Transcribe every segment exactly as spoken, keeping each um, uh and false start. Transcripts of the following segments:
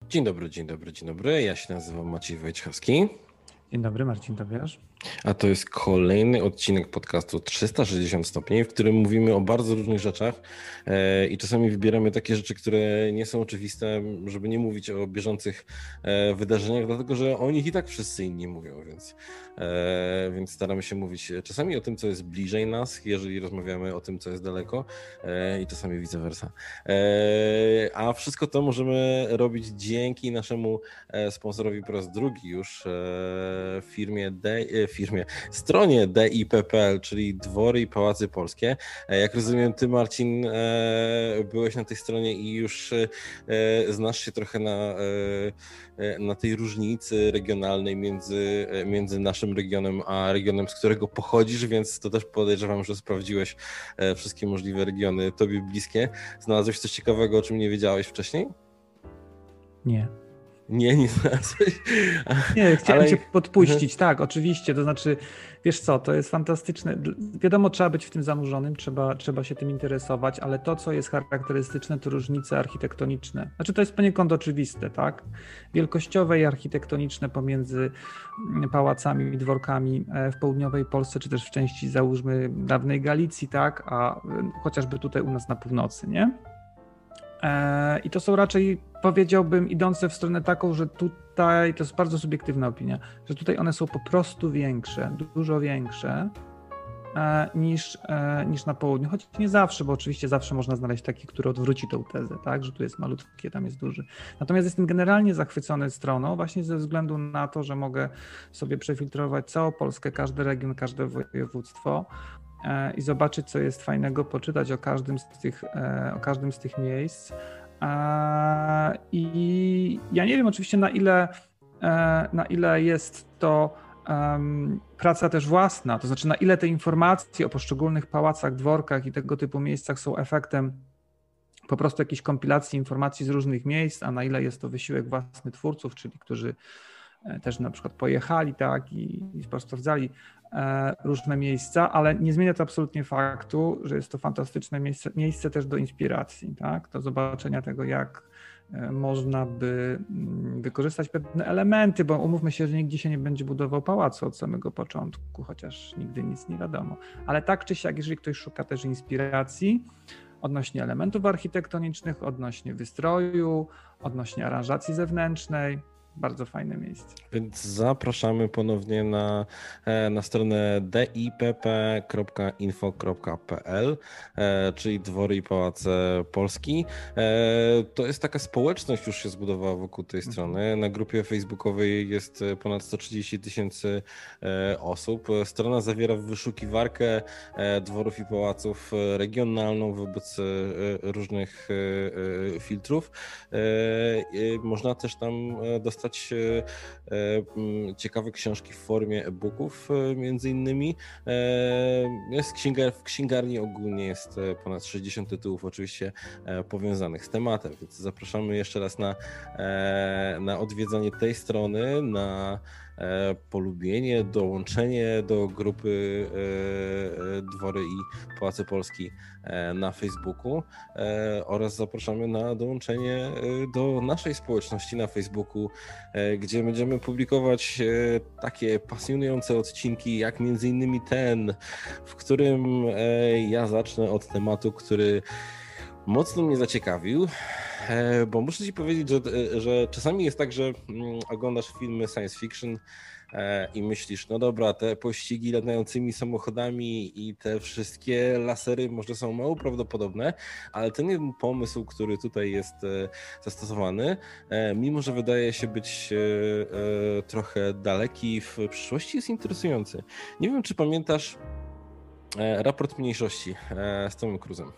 Dzień dobry, dzień dobry, dzień dobry. Ja się nazywam Maciej Wojciechowski. Dzień dobry, Marcin Tobiasz. A to jest kolejny odcinek podcastu trzysta sześćdziesiąt stopni, w którym mówimy o bardzo różnych rzeczach e, i czasami wybieramy takie rzeczy, które nie są oczywiste, żeby nie mówić o bieżących e, wydarzeniach, dlatego że o nich i tak wszyscy inni mówią, więc, e, więc staramy się mówić czasami o tym, co jest bliżej nas, jeżeli rozmawiamy o tym, co jest daleko e, i czasami vice versa. E, a wszystko to możemy robić dzięki naszemu sponsorowi po raz drugi już e, firmie D, firmie, stronie D I P kropka P L, czyli Dwory i Pałace Polskie. Jak rozumiem, ty, Marcin, byłeś na tej stronie i już znasz się trochę na, na tej różnicy regionalnej między, między naszym regionem a regionem, z którego pochodzisz, więc to też podejrzewam, że sprawdziłeś wszystkie możliwe regiony tobie bliskie. Znalazłeś coś ciekawego, o czym nie wiedziałeś wcześniej? Nie. Nie, nie znalazłeś. Nie, chciałem Ale... cię podpuścić, tak, oczywiście, to znaczy, wiesz co, to jest fantastyczne, wiadomo, trzeba być w tym zanurzonym, trzeba, trzeba się tym interesować, ale to, co jest charakterystyczne, to różnice architektoniczne. Znaczy, to jest poniekąd oczywiste, tak, wielkościowe i architektoniczne pomiędzy pałacami i dworkami w południowej Polsce, czy też w części, załóżmy, dawnej Galicji, tak, a chociażby tutaj u nas na północy, nie? I to są raczej, powiedziałbym, idące w stronę taką, że tutaj, to jest bardzo subiektywna opinia, że tutaj one są po prostu większe, dużo większe niż, niż na południu. Choć nie zawsze, bo oczywiście zawsze można znaleźć taki, który odwróci tą tezę, tak, że tu jest malutkie, tam jest duży. Natomiast jestem generalnie zachwycony stroną właśnie ze względu na to, że mogę sobie przefiltrować całą Polskę, każdy region, każde województwo i zobaczyć, co jest fajnego, poczytać o każdym z tych, o każdym z tych miejsc. I ja nie wiem oczywiście, na ile, na ile jest to praca też własna, to znaczy na ile te informacje o poszczególnych pałacach, dworkach i tego typu miejscach są efektem po prostu jakiejś kompilacji informacji z różnych miejsc, a na ile jest to wysiłek własny twórców, czyli którzy też na przykład pojechali, tak, i, i sprawdzali różne miejsca, ale nie zmienia to absolutnie faktu, że jest to fantastyczne miejsce, miejsce też do inspiracji, tak, do zobaczenia tego, jak można by wykorzystać pewne elementy, bo umówmy się, że nigdzie się nie będzie budował pałacu od samego początku, chociaż nigdy nic nie wiadomo, ale tak czy siak, jeżeli ktoś szuka też inspiracji odnośnie elementów architektonicznych, odnośnie wystroju, odnośnie aranżacji zewnętrznej, bardzo fajne miejsce. Więc zapraszamy ponownie na, na stronę d i p p kropka info kropka p l, czyli Dwory i Pałace Polski. To jest taka społeczność, już się zbudowała wokół tej strony. Na grupie facebookowej jest ponad sto trzydzieści tysięcy osób. Strona zawiera wyszukiwarkę dworów i pałaców regionalną wobec różnych filtrów. Można też tam dostać ciekawe książki w formie e-booków między innymi. Jest księgar, w księgarni ogólnie jest ponad sześćdziesiąt tytułów oczywiście powiązanych z tematem, więc zapraszamy jeszcze raz na, na odwiedzanie tej strony, na polubienie, dołączenie do grupy Dwory i Pałace Polski na Facebooku oraz zapraszamy na dołączenie do naszej społeczności na Facebooku, gdzie będziemy publikować takie pasjonujące odcinki, jak między innymi ten, w którym ja zacznę od tematu, który mocno mnie zaciekawił, bo muszę ci powiedzieć, że, że czasami jest tak, że oglądasz filmy science fiction i myślisz, no dobra, te pościgi latającymi samochodami i te wszystkie lasery może są mało prawdopodobne, ale ten jeden pomysł, który tutaj jest zastosowany, mimo że wydaje się być trochę daleki w przyszłości, jest interesujący. Nie wiem, czy pamiętasz Raport Mniejszości z Tomem Cruzem.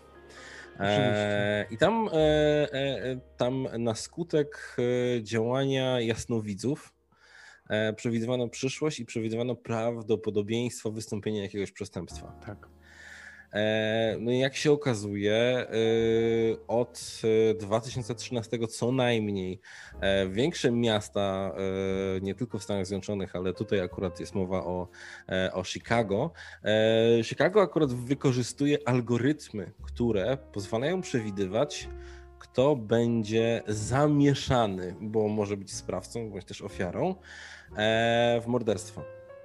E, I tam, e, e, tam na skutek działania jasnowidzów e, przewidywano przyszłość i przewidywano prawdopodobieństwo wystąpienia jakiegoś przestępstwa. Tak. E, no i jak się okazuje, e, od dwa tysiące trzynastego co najmniej e, większe miasta, e, nie tylko w Stanach Zjednoczonych, ale tutaj akurat jest mowa o, e, o Chicago. E, Chicago akurat wykorzystuje algorytmy, które pozwalają przewidywać, kto będzie zamieszany, bo może być sprawcą, bądź też ofiarą w morderstwo.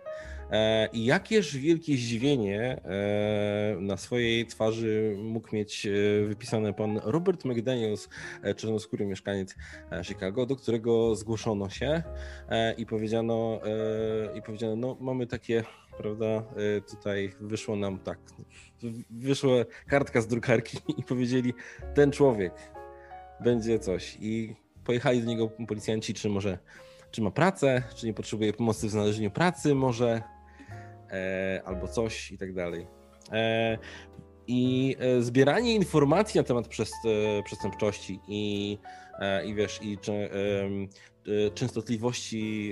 I jakież wielkie zdziwienie na swojej twarzy mógł mieć wypisane pan Robert McDaniels, czarnoskóry mieszkaniec Chicago, do którego zgłoszono się i powiedziano, i powiedziano, no mamy takie, prawda, tutaj wyszło nam tak, wyszła kartka z drukarki i powiedzieli, ten człowiek będzie coś. I pojechali do niego policjanci, czy może, czy ma pracę, czy nie potrzebuje pomocy w znalezieniu pracy, może E, albo coś i tak dalej. E, I e, zbieranie informacji na temat przest, e, przestępczości i, e, i wiesz, i czy, e, e, częstotliwości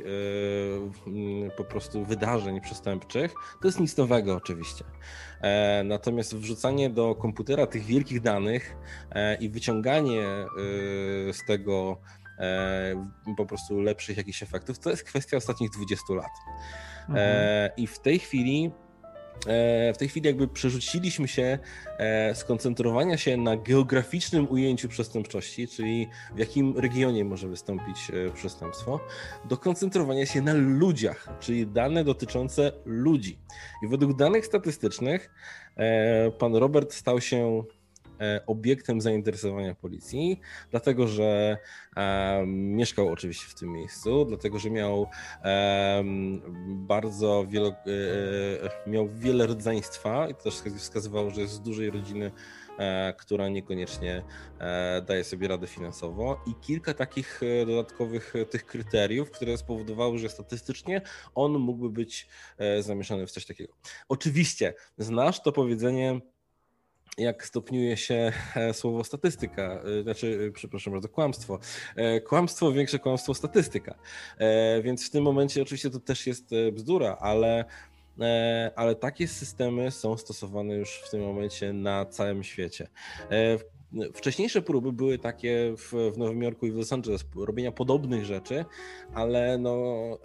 e, po prostu wydarzeń przestępczych, to jest nic nowego oczywiście. E, natomiast wrzucanie do komputera tych wielkich danych e, i wyciąganie e, z tego e, po prostu lepszych jakichś efektów, to jest kwestia ostatnich dwudziestu lat. Mhm. I w tej chwili w tej chwili jakby przerzuciliśmy się z koncentrowania się na geograficznym ujęciu przestępczości, czyli w jakim regionie może wystąpić przestępstwo, do koncentrowania się na ludziach, czyli dane dotyczące ludzi. I według danych statystycznych pan Robert stał się obiektem zainteresowania policji, dlatego że e, mieszkał oczywiście w tym miejscu, dlatego że miał e, bardzo wielo, e, miał wiele rodzeństwa i to też wskazywało, że jest z dużej rodziny, e, która niekoniecznie e, daje sobie radę finansowo i kilka takich dodatkowych tych kryteriów, które spowodowały, że statystycznie on mógłby być e, zamieszany w coś takiego. Oczywiście znasz to powiedzenie, jak stopniuje się słowo statystyka, znaczy, przepraszam bardzo, kłamstwo. Kłamstwo, większe kłamstwo, statystyka. Więc w tym momencie oczywiście to też jest bzdura, ale, ale takie systemy są stosowane już w tym momencie na całym świecie. Wcześniejsze próby były takie w, w Nowym Jorku i w Los Angeles, robienia podobnych rzeczy, ale no,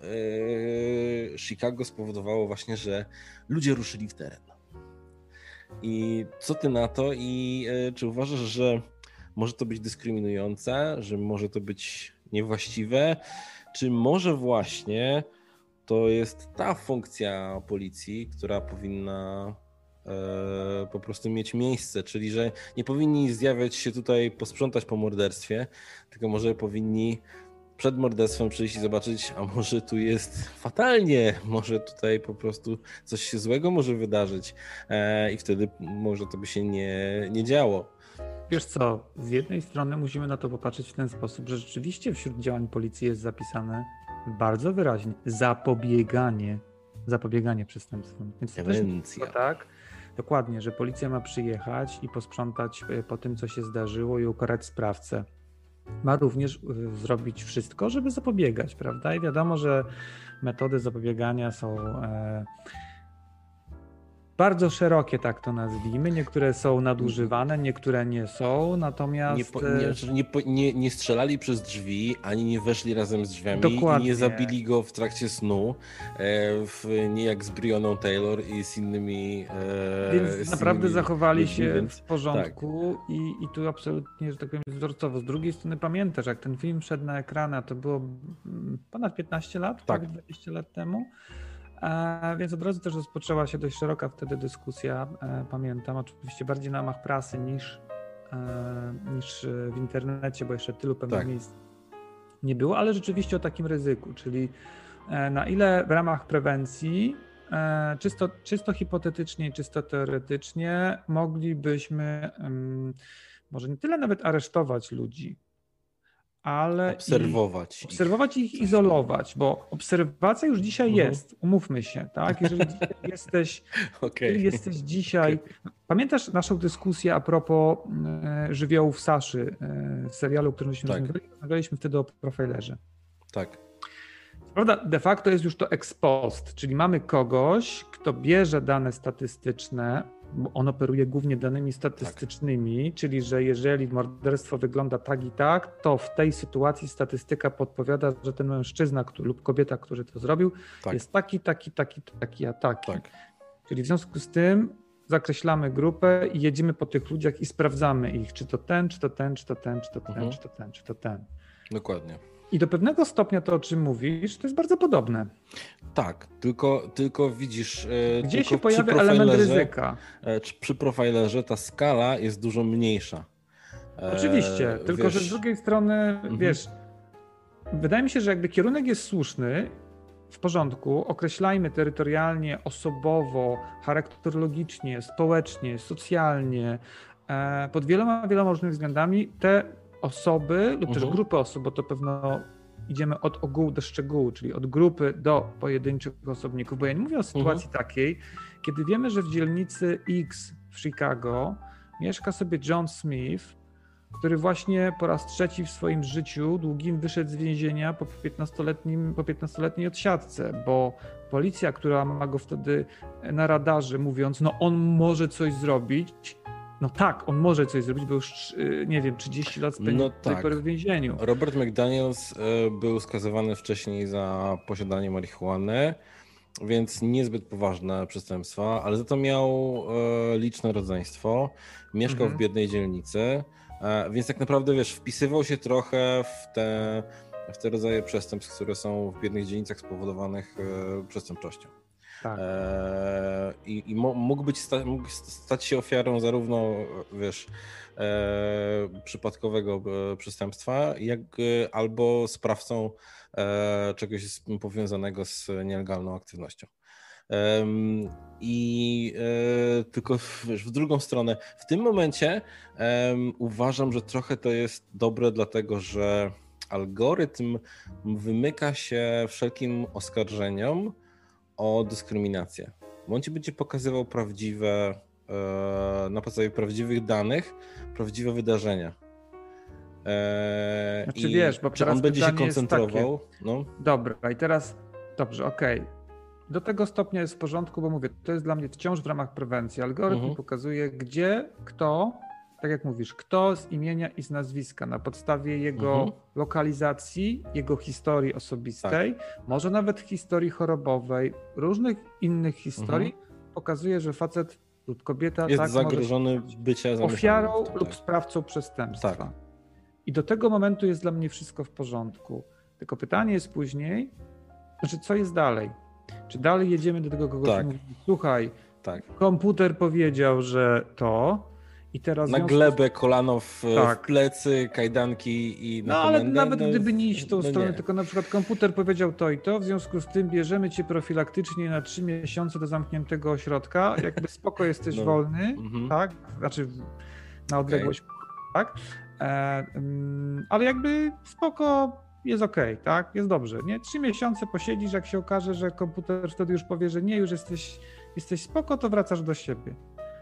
yy, Chicago spowodowało właśnie, że ludzie ruszyli w teren. I co ty na to i y, czy uważasz, że może to być dyskryminujące, że może to być niewłaściwe, czy może właśnie to jest ta funkcja policji, która powinna y, po prostu mieć miejsce, czyli że nie powinni zjawiać się tutaj posprzątać po morderstwie, tylko może powinni przed morderstwem przyjść i zobaczyć, a może tu jest fatalnie, może tutaj po prostu coś się złego może wydarzyć e, i wtedy może to by się nie, nie działo. Wiesz co, z jednej strony musimy na to popatrzeć w ten sposób, że rzeczywiście wśród działań policji jest zapisane bardzo wyraźnie zapobieganie, zapobieganie przestępstwom. Więc Prewencja. To tak, dokładnie, że policja ma przyjechać i posprzątać po tym, co się zdarzyło i ukarać sprawcę. Ma również zrobić wszystko, żeby zapobiegać, prawda? I wiadomo, że metody zapobiegania są e, bardzo szerokie, tak to nazwijmy. Niektóre są nadużywane, niektóre nie są, natomiast... Nie, po, nie, nie, nie, nie strzelali przez drzwi, ani nie weszli razem z drzwiami. Dokładnie. I nie zabili go w trakcie snu, e, w, nie jak z Breonną Taylor i z innymi... E, więc z naprawdę innymi zachowali ludźmi, się więc, w porządku tak. i, i tu absolutnie, że tak powiem, wzorcowo. Z drugiej strony pamiętasz, jak ten film wszedł na ekrany, a to było ponad piętnaście lat, tak, dwadzieścia lat temu. E, więc od razu też rozpoczęła się dość szeroka wtedy dyskusja, e, pamiętam, oczywiście bardziej na ramach prasy niż, e, niż w internecie, bo jeszcze tylu pewnych tak. miejsc nie było, ale rzeczywiście o takim ryzyku, czyli e, na ile w ramach prewencji, e, czysto, czysto hipotetycznie i czysto teoretycznie moglibyśmy um, może nie tyle nawet aresztować ludzi, ale obserwować ich, obserwować ich, ich izolować, bo obserwacja już dzisiaj mhm. jest, umówmy się, tak? Jeżeli dzisiaj jesteś, okay. jeżeli jesteś dzisiaj, okay. Pamiętasz naszą dyskusję a propos e, żywiołów Saszy, e, serialu, o którym myśmy tak. rozmawiali, rozmawialiśmy wtedy o profilerze. Tak. Prawda, de facto jest już to ex post, czyli mamy kogoś, kto bierze dane statystyczne, bo on operuje głównie danymi statystycznymi, tak. czyli że jeżeli morderstwo wygląda tak i tak, to w tej sytuacji statystyka podpowiada, że ten mężczyzna który, lub kobieta, który to zrobił, tak. jest taki, taki, taki, taki, a taki. Tak. Czyli w związku z tym zakreślamy grupę i jedziemy po tych ludziach i sprawdzamy ich, czy to ten, czy to ten, czy to ten, czy to ten, Mhm. czy to ten, czy to ten. Dokładnie. I do pewnego stopnia to, o czym mówisz, to jest bardzo podobne. Tak, tylko, tylko widzisz... e, Gdzie tylko się przy pojawia element profilerze- ryzyka? e, czy Przy profilerze ta skala jest dużo mniejsza. E, Oczywiście, tylko wiesz, że z drugiej strony, Mhm. wiesz, wydaje mi się, że jakby kierunek jest słuszny, w porządku, określajmy terytorialnie, osobowo, charakterologicznie, społecznie, socjalnie, e, pod wieloma, wieloma różnymi względami te osoby lub też Mhm. grupy osób, bo to pewno idziemy od ogółu do szczegółu, czyli od grupy do pojedynczych osobników, bo ja nie mówię o sytuacji takiej, kiedy wiemy, że w dzielnicy X w Chicago mieszka sobie John Smith, który właśnie po raz trzeci w swoim życiu długim wyszedł z więzienia po piętnastoletnim, po piętnastoletniej odsiadce, bo policja, która ma go wtedy na radarze, mówiąc, no on może coś zrobić, no tak, on może coś zrobić, bo już, y, nie wiem, trzydzieści lat spędził No do tej tak. pory w więzieniu. Robert McDaniels e, był skazywany wcześniej za posiadanie marihuany, więc niezbyt poważne przestępstwa, ale za to miał e, liczne rodzeństwo, mieszkał Mhm. w biednej dzielnicy, e, więc tak naprawdę, wiesz, wpisywał się trochę w te, w te rodzaje przestępstw, które są w biednych dzielnicach spowodowanych e, przestępczością. Tak. E, I, i mo- mógł być sta- mógł stać się ofiarą zarówno, wiesz, e, przypadkowego e, przestępstwa, jak e, albo sprawcą e, czegoś z- powiązanego z nielegalną aktywnością. Em, I e, tylko w, wiesz, w drugą stronę, w tym momencie em, uważam, że trochę to jest dobre, dlatego że algorytm wymyka się wszelkim oskarżeniom o dyskryminację. Bo on ci będzie pokazywał prawdziwe, e, na podstawie prawdziwych danych, prawdziwe wydarzenia. E, Znaczy i wiesz, bo czy teraz on będzie się pytanie jest koncentrował? No, Dobra, i teraz, dobrze, okej. Do tego stopnia jest w porządku, bo mówię, to jest dla mnie wciąż w ramach prewencji. Algorytm Mhm. pokazuje, gdzie, kto, tak jak mówisz, kto z imienia i z nazwiska na podstawie jego Mhm. lokalizacji, jego historii osobistej, może nawet historii chorobowej, różnych innych historii, pokazuje, że facet lub kobieta jest tak może zagrożony bycia zamieszanym ofiarą w to, lub tak. sprawcą przestępstwa. Tak. I do tego momentu jest dla mnie wszystko w porządku. Tylko pytanie jest później, znaczy co jest dalej? Czy dalej jedziemy do tego kogoś Tak. i mówimy, słuchaj, Tak. komputer powiedział, że to i teraz... w Na związku z- glebę, kolano w, Tak. w plecy, kajdanki i na No ale komendę, nawet no, gdyby nie iść w tą no stronę, nie. tylko na przykład komputer powiedział to i to, w związku z tym bierzemy cię profilaktycznie na trzy miesiące do zamkniętego ośrodka, jakby spoko jesteś No. wolny, Mhm. tak? Znaczy w- na odległość, tak? E, mm, ale jakby spoko, jest okej, tak? Jest dobrze, nie? Trzy miesiące posiedzisz, jak się okaże, że komputer wtedy już powie, że nie, już jesteś, jesteś spoko, to wracasz do siebie.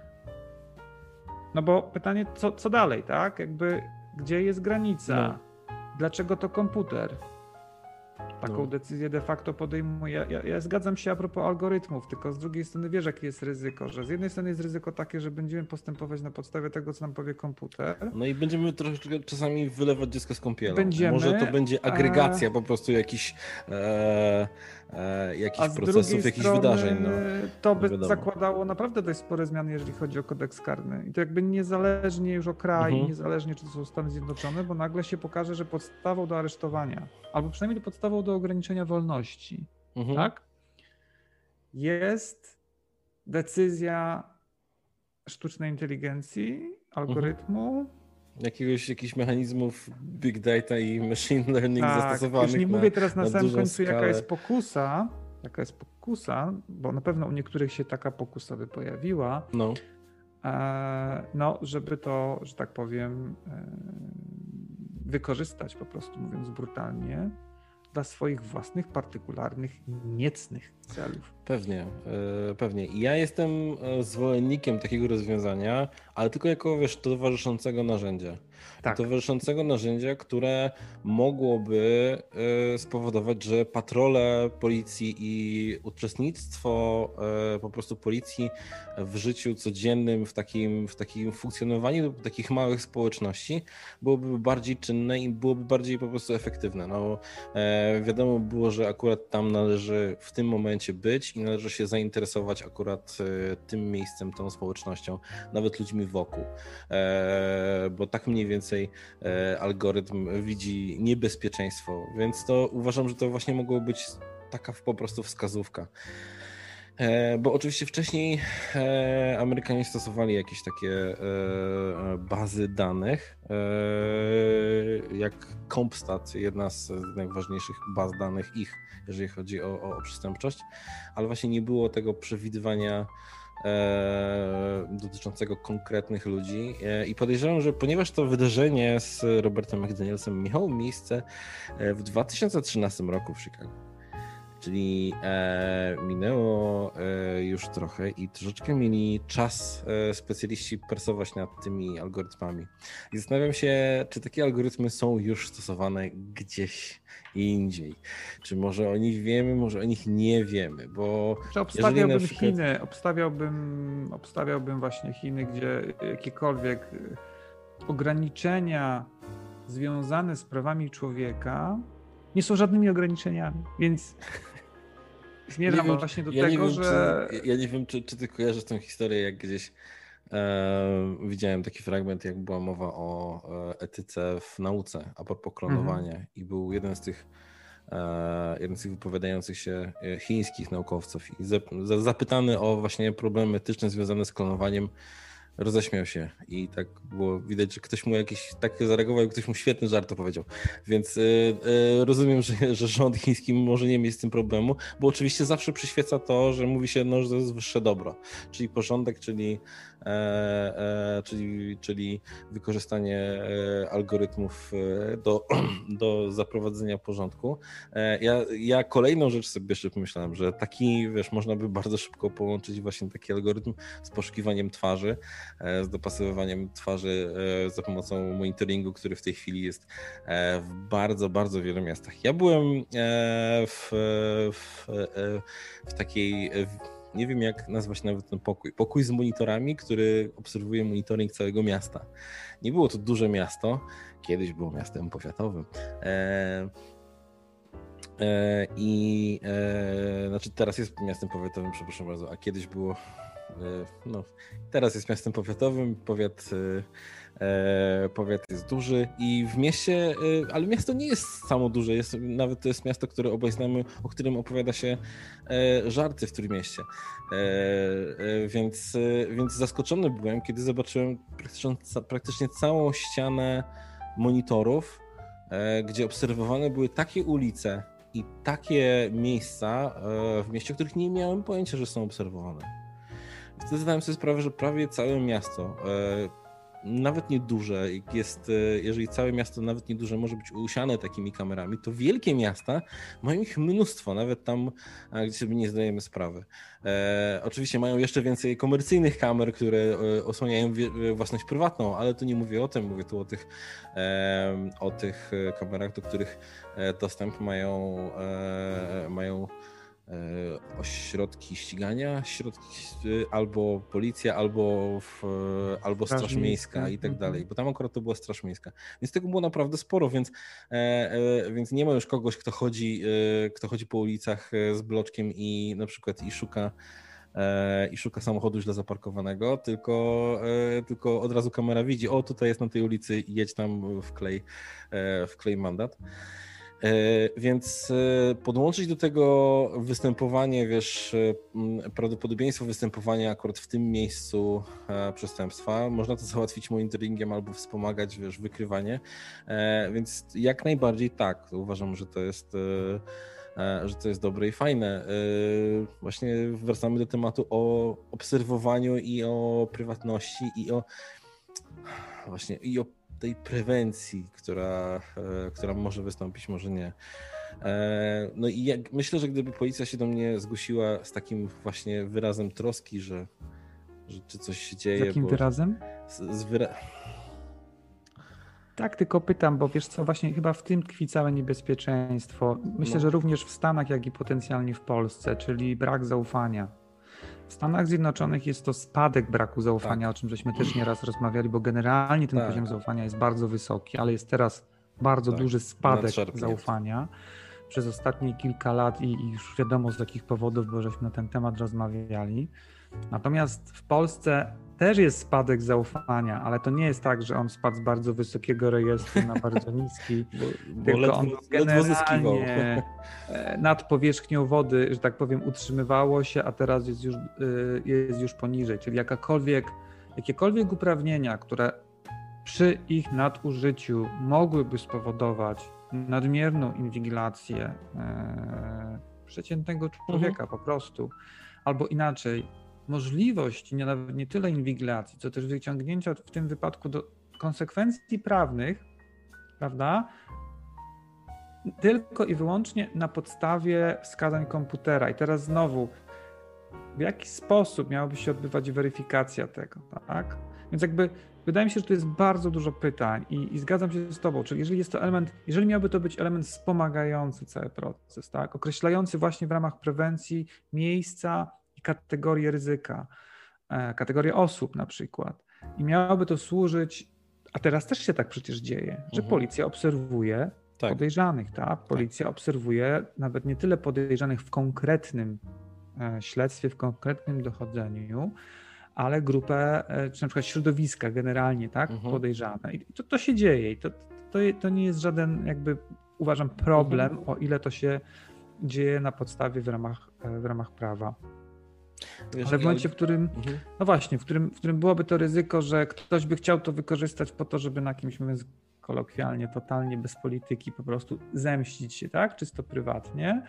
No bo pytanie, co, co dalej, tak? Jakby, gdzie jest granica? Dlaczego to komputer? Taką No. decyzję de facto podejmuje. Ja, ja, ja zgadzam się a propos algorytmów, tylko z drugiej strony wiesz, jakie jest ryzyko, że z jednej strony jest ryzyko takie, że będziemy postępować na podstawie tego, co nam powie komputer. No i będziemy troszeczkę czasami wylewać dziecko z kąpielą. Będziemy, Może to będzie agregacja a- po prostu jakichś, e, e, jakichś A z procesów, drugiej jakichś strony wydarzeń. No. to by wiadomo. zakładało naprawdę dość spore zmiany, jeżeli chodzi o kodeks karny. I to jakby niezależnie już o kraj, Mhm. niezależnie czy to są Stany Zjednoczone, bo nagle się pokaże, że podstawą do aresztowania, albo przynajmniej podstawą do ograniczenia wolności, Mhm. tak? Jest decyzja sztucznej inteligencji, algorytmu. Jakiegoś, jakichś mechanizmów big data i machine learning Tak, zastosowanych już nie na, mówię teraz na, na samym dużą końcu, jaka skalę. jest pokusa, jaka jest pokusa, bo na pewno u niektórych się taka pokusa by pojawiła, No. e, no, żeby to, że tak powiem, e, wykorzystać, po prostu mówiąc brutalnie, dla swoich własnych, partykularnych, niecnych celów. Pewnie, e, pewnie. I ja jestem e, zwolennikiem takiego rozwiązania, ale tylko jako, wiesz, towarzyszącego narzędzia. Tak. towarzyszącego narzędzia, które mogłoby spowodować, że patrole policji i uczestnictwo po prostu policji w życiu codziennym, w takim, w takim funkcjonowaniu takich małych społeczności byłoby bardziej czynne i byłoby bardziej po prostu efektywne. No, wiadomo było, że akurat tam należy w tym momencie być i należy się zainteresować akurat tym miejscem, tą społecznością, nawet ludźmi wokół, bo tak mniej więcej algorytm widzi niebezpieczeństwo, więc to uważam, że to właśnie mogło być taka po prostu wskazówka. Bo oczywiście wcześniej Amerykanie stosowali jakieś takie bazy danych, jak CompStat, jedna z najważniejszych baz danych ich, jeżeli chodzi o, o przestępczość, ale właśnie nie było tego przewidywania dotyczącego konkretnych ludzi i podejrzewam, że ponieważ to wydarzenie z Robertem McDanielsem miało miejsce w dwa tysiące trzynastym roku w Chicago, czyli e, minęło e, już trochę i troszeczkę mieli czas e, specjaliści pracować nad tymi algorytmami. I zastanawiam się, czy takie algorytmy są już stosowane gdzieś indziej. Czy może o nich wiemy, może o nich nie wiemy, bo Czy obstawiałbym na przykład... Chiny, obstawiałbym, obstawiałbym właśnie Chiny, gdzie jakiekolwiek ograniczenia związane z prawami człowieka nie są żadnymi ograniczeniami, więc zmierzam wiem, właśnie do ja tego, wiem, że... Czy, ja nie wiem, czy, czy ty kojarzysz tę historię, jak gdzieś e, widziałem taki fragment, jak była mowa o e, etyce w nauce, a propos klonowania mhm. i był jeden z tych e, jeden z tych wypowiadających się chińskich naukowców i za, za, zapytany o właśnie problemy etyczne związane z klonowaniem, roześmiał się i tak było widać, że ktoś mu jakiś tak zareagował, ktoś mu świetny żart opowiedział. Więc y, y, rozumiem, że, że rząd chiński może nie mieć z tym problemu, bo oczywiście zawsze przyświeca to, że mówi się, no, że to jest wyższe dobro, czyli porządek, czyli, e, e, czyli, czyli wykorzystanie e, algorytmów e, do, do zaprowadzenia porządku. E, ja, ja kolejną rzecz sobie jeszcze pomyślałem, że taki, wiesz, można by bardzo szybko połączyć właśnie taki algorytm z poszukiwaniem twarzy, z dopasowywaniem twarzy za pomocą monitoringu, który w tej chwili jest w bardzo, bardzo wielu miastach. Ja byłem w, w, w takiej, nie wiem jak nazwać nawet ten pokój, pokój z monitorami, który obserwuje monitoring całego miasta. Nie było to duże miasto, kiedyś było miastem powiatowym. I znaczy teraz jest miastem powiatowym, przepraszam bardzo, a kiedyś było no, teraz jest miastem powiatowym, powiat, e, powiat jest duży i w mieście, e, ale miasto nie jest samo duże, jest, nawet to jest miasto, które obaj znamy, o którym opowiada się e, żarty w tym mieście. E, e, więc, e, więc zaskoczony byłem, kiedy zobaczyłem praktycznie, praktycznie całą ścianę monitorów, e, gdzie obserwowane były takie ulice i takie miejsca e, w mieście, których nie miałem pojęcia, że są obserwowane. Wtedy zdałem sobie sprawę, że prawie całe miasto, nawet nieduże, jest, jeżeli całe miasto nawet nieduże może być usiane takimi kamerami, to wielkie miasta mają ich mnóstwo, nawet tam, gdzie sobie nie zdajemy sprawy. E, oczywiście mają jeszcze więcej komercyjnych kamer, które osłaniają własność prywatną, ale tu nie mówię o tym, mówię tu o tych, e, o tych kamerach, do których dostęp mają, e, mają ośrodki ścigania, środki albo policja, albo, w, albo Straż, Straż Miejska, Miejska i tak dalej, bo tam akurat to była Straż Miejska. Więc tego było naprawdę sporo, więc, e, e, więc nie ma już kogoś, kto chodzi, e, kto chodzi po ulicach z bloczkiem i na przykład i szuka e, i szuka samochodu źle zaparkowanego, tylko, e, tylko od razu kamera widzi, o tutaj jest na tej ulicy, jedź tam wklej, e, wklej mandat. Więc podłączyć do tego występowanie, wiesz, prawdopodobieństwo występowania akurat w tym miejscu przestępstwa, można to załatwić monitoringiem albo wspomagać, wiesz, wykrywanie, więc jak najbardziej tak, uważam, że to jest że to jest dobre i fajne. Właśnie wracamy do tematu o obserwowaniu i o prywatności i o właśnie i o tej prewencji, która, która może wystąpić, może nie. No i jak, myślę, że gdyby policja się do mnie zgłosiła z takim właśnie wyrazem troski, że, że czy coś się dzieje. Z jakim bo wyrazem? Z, z wyra... Tak, tylko pytam, bo wiesz co, właśnie chyba w tym tkwi całe niebezpieczeństwo. Myślę, No. że również w Stanach, jak i potencjalnie w Polsce, czyli brak zaufania. W Stanach Zjednoczonych jest to spadek braku zaufania, Tak. o czym żeśmy też nieraz rozmawiali, bo generalnie ten Tak. poziom zaufania jest bardzo wysoki, ale jest teraz bardzo Tak. duży spadek Nadszarpnięty. zaufania przez ostatnie kilka lat i, i już wiadomo z jakich powodów, bo żeśmy na ten temat rozmawiali. Natomiast w Polsce też jest spadek zaufania, ale to nie jest tak, że on spadł z bardzo wysokiego rejestru na bardzo niski, Bo, bo tylko ledwo, on ledwo zyskiwał. generalnie e, nad powierzchnią wody, że tak powiem, utrzymywało się, a teraz jest już, y, jest już poniżej, czyli jakakolwiek, jakiekolwiek uprawnienia, które przy ich nadużyciu mogłyby spowodować nadmierną inwigilację e, przeciętnego człowieka po prostu, albo inaczej, możliwość nie, nawet nie tyle inwigilacji, co też wyciągnięcia w tym wypadku do konsekwencji prawnych, prawda, tylko i wyłącznie na podstawie wskazań komputera. I teraz znowu, w jaki sposób miałaby się odbywać weryfikacja tego, tak? Więc jakby wydaje mi się, że tu jest bardzo dużo pytań i, i zgadzam się z tobą, czyli jeżeli jest to element, jeżeli miałby to być element wspomagający cały proces, tak, określający właśnie w ramach prewencji miejsca i kategorie ryzyka, e, kategorie osób na przykład i miałoby to służyć, a teraz też się tak przecież dzieje, że Mhm. policja obserwuje Tak. podejrzanych, tak, policja obserwuje nawet nie tyle podejrzanych w konkretnym e, śledztwie, w konkretnym dochodzeniu, ale grupę, czy na przykład środowiska generalnie, tak, Mhm. podejrzane. I to, to się dzieje i to, to, to nie jest żaden jakby, uważam, problem, Mhm. o ile to się dzieje na podstawie w ramach, w ramach prawa. Wiesz, Ale w momencie, w którym, Mhm. no właśnie, w którym, w którym byłoby to ryzyko, że ktoś by chciał to wykorzystać po to, żeby na kimś, mówiąc kolokwialnie, totalnie bez polityki po prostu zemścić się, tak, czysto prywatnie,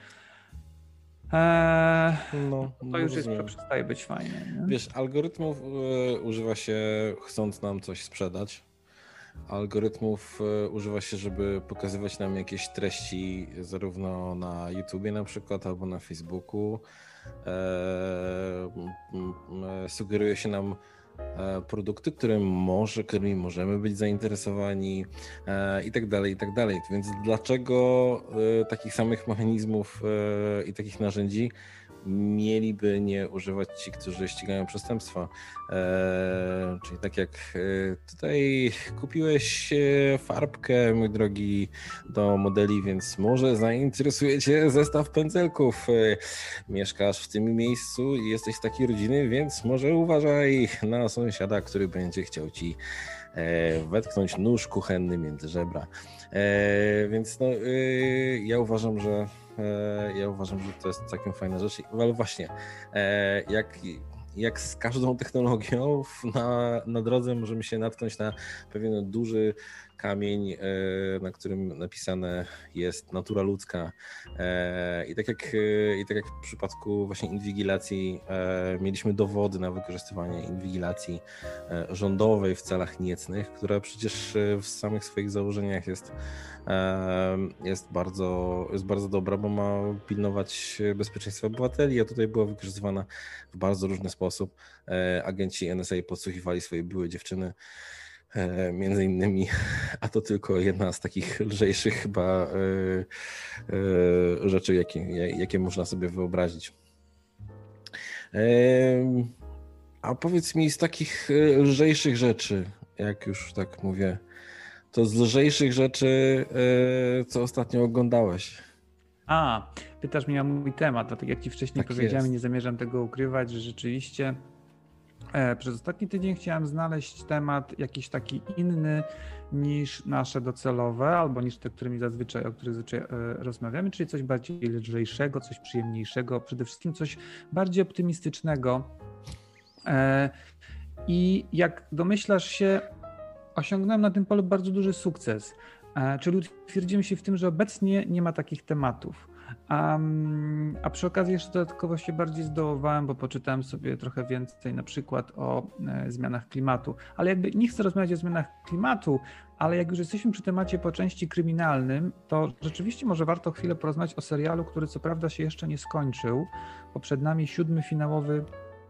Eee, No, to już jest, rozumiem. to przestaje być fajne. Nie? Wiesz, algorytmów e, używa się chcąc nam coś sprzedać. Algorytmmów e, używa się, żeby pokazywać nam jakieś treści zarówno na YouTubie na przykład, albo na Facebooku. E, m, m, e, sugeruje się nam e, produkty, które może, którymi możemy być zainteresowani e, i tak dalej, i tak dalej. Więc dlaczego e, takich samych mechanizmów e, i takich narzędzi mieliby nie używać ci, którzy ścigają przestępstwa. Eee, czyli tak jak e, tutaj kupiłeś e, farbkę, mój drogi, do modeli, więc może zainteresuje cię zestaw pędzelków. E, mieszkasz w tym miejscu i jesteś z takiej rodziny, więc może uważaj na sąsiada, który będzie chciał ci e, wetknąć nóż kuchenny między żebra. E, więc no, e, ja uważam, że Ja uważam, że to jest całkiem fajna rzecz, ale właśnie, jak, jak z każdą technologią na, na drodze możemy się natknąć na pewien duży kamień, na którym napisane jest natura ludzka. I tak jak, i tak jak w przypadku właśnie inwigilacji mieliśmy dowody na wykorzystywanie inwigilacji rządowej w celach niecnych, która przecież w samych swoich założeniach jest jest bardzo, jest bardzo dobra, bo ma pilnować bezpieczeństwa obywateli, a tutaj była wykorzystywana w bardzo różny sposób. Agenci N S A podsłuchiwali swoje byłe dziewczyny, między innymi, a to tylko jedna z takich lżejszych chyba rzeczy, jakie, jakie można sobie wyobrazić. A powiedz mi z takich lżejszych rzeczy, jak już tak mówię, to z lżejszych rzeczy, co ostatnio oglądałeś. A, pytasz mnie o mój temat, a tak jak ci wcześniej Tak powiedziałem, jest. nie zamierzam tego ukrywać, że rzeczywiście e, przez ostatni tydzień chciałem znaleźć temat jakiś taki inny niż nasze docelowe, albo niż te, którymi zazwyczaj, o których zazwyczaj e, rozmawiamy, czyli coś bardziej lżejszego, coś przyjemniejszego, przede wszystkim coś bardziej optymistycznego. E, I jak domyślasz się, osiągnąłem na tym polu bardzo duży sukces, czyli utwierdziłem się w tym, że obecnie nie ma takich tematów. A, a przy okazji jeszcze dodatkowo się bardziej zdołowałem, bo poczytałem sobie trochę więcej na przykład o e, zmianach klimatu. Ale jakby nie chcę rozmawiać o zmianach klimatu, ale jak już jesteśmy przy temacie po części kryminalnym, to rzeczywiście może warto chwilę porozmawiać o serialu, który co prawda się jeszcze nie skończył, bo przed nami siódmy finałowy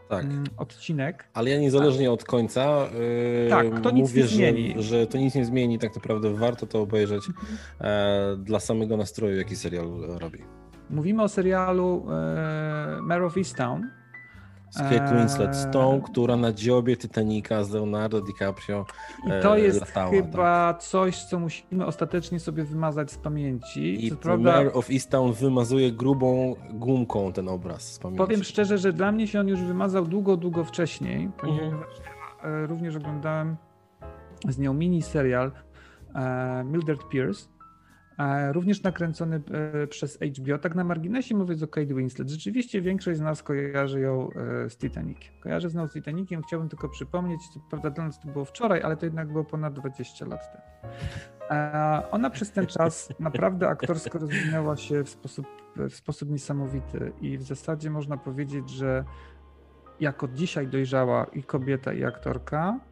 tak. odcinek. Ale ja niezależnie tak. od końca yy, tak, to mówię, nic nie zmieni. Że, że to nic nie zmieni, tak naprawdę warto to obejrzeć mhm. e, dla samego nastroju, jaki serial robi. Mówimy o serialu e, Mare of Easttown. Z Kate Winslet, z tą, która na dziobie Titanica z Leonardo DiCaprio e, I to jest latała, chyba tak. coś, co musimy ostatecznie sobie wymazać z pamięci. I co prawda, Mare of Easttown wymazuje grubą gumką ten obraz z pamięci. Powiem szczerze, że dla mnie się on już wymazał długo, długo wcześniej, ponieważ mhm. ja również oglądałem z nią mini serial e, Mildred Pierce, również nakręcony przez H B O. Tak na marginesie mówiąc o Kate Winslet. Rzeczywiście większość z nas kojarzy ją z Titaniciem. Kojarzy z nią z Titaniciem. Chciałbym tylko przypomnieć, co prawda dla nas to było wczoraj, ale to jednak było ponad dwadzieścia lat temu. Ona przez ten czas naprawdę aktorsko rozwinęła się w sposób, w sposób niesamowity i w zasadzie można powiedzieć, że jako dzisiaj dojrzała i kobieta, i aktorka,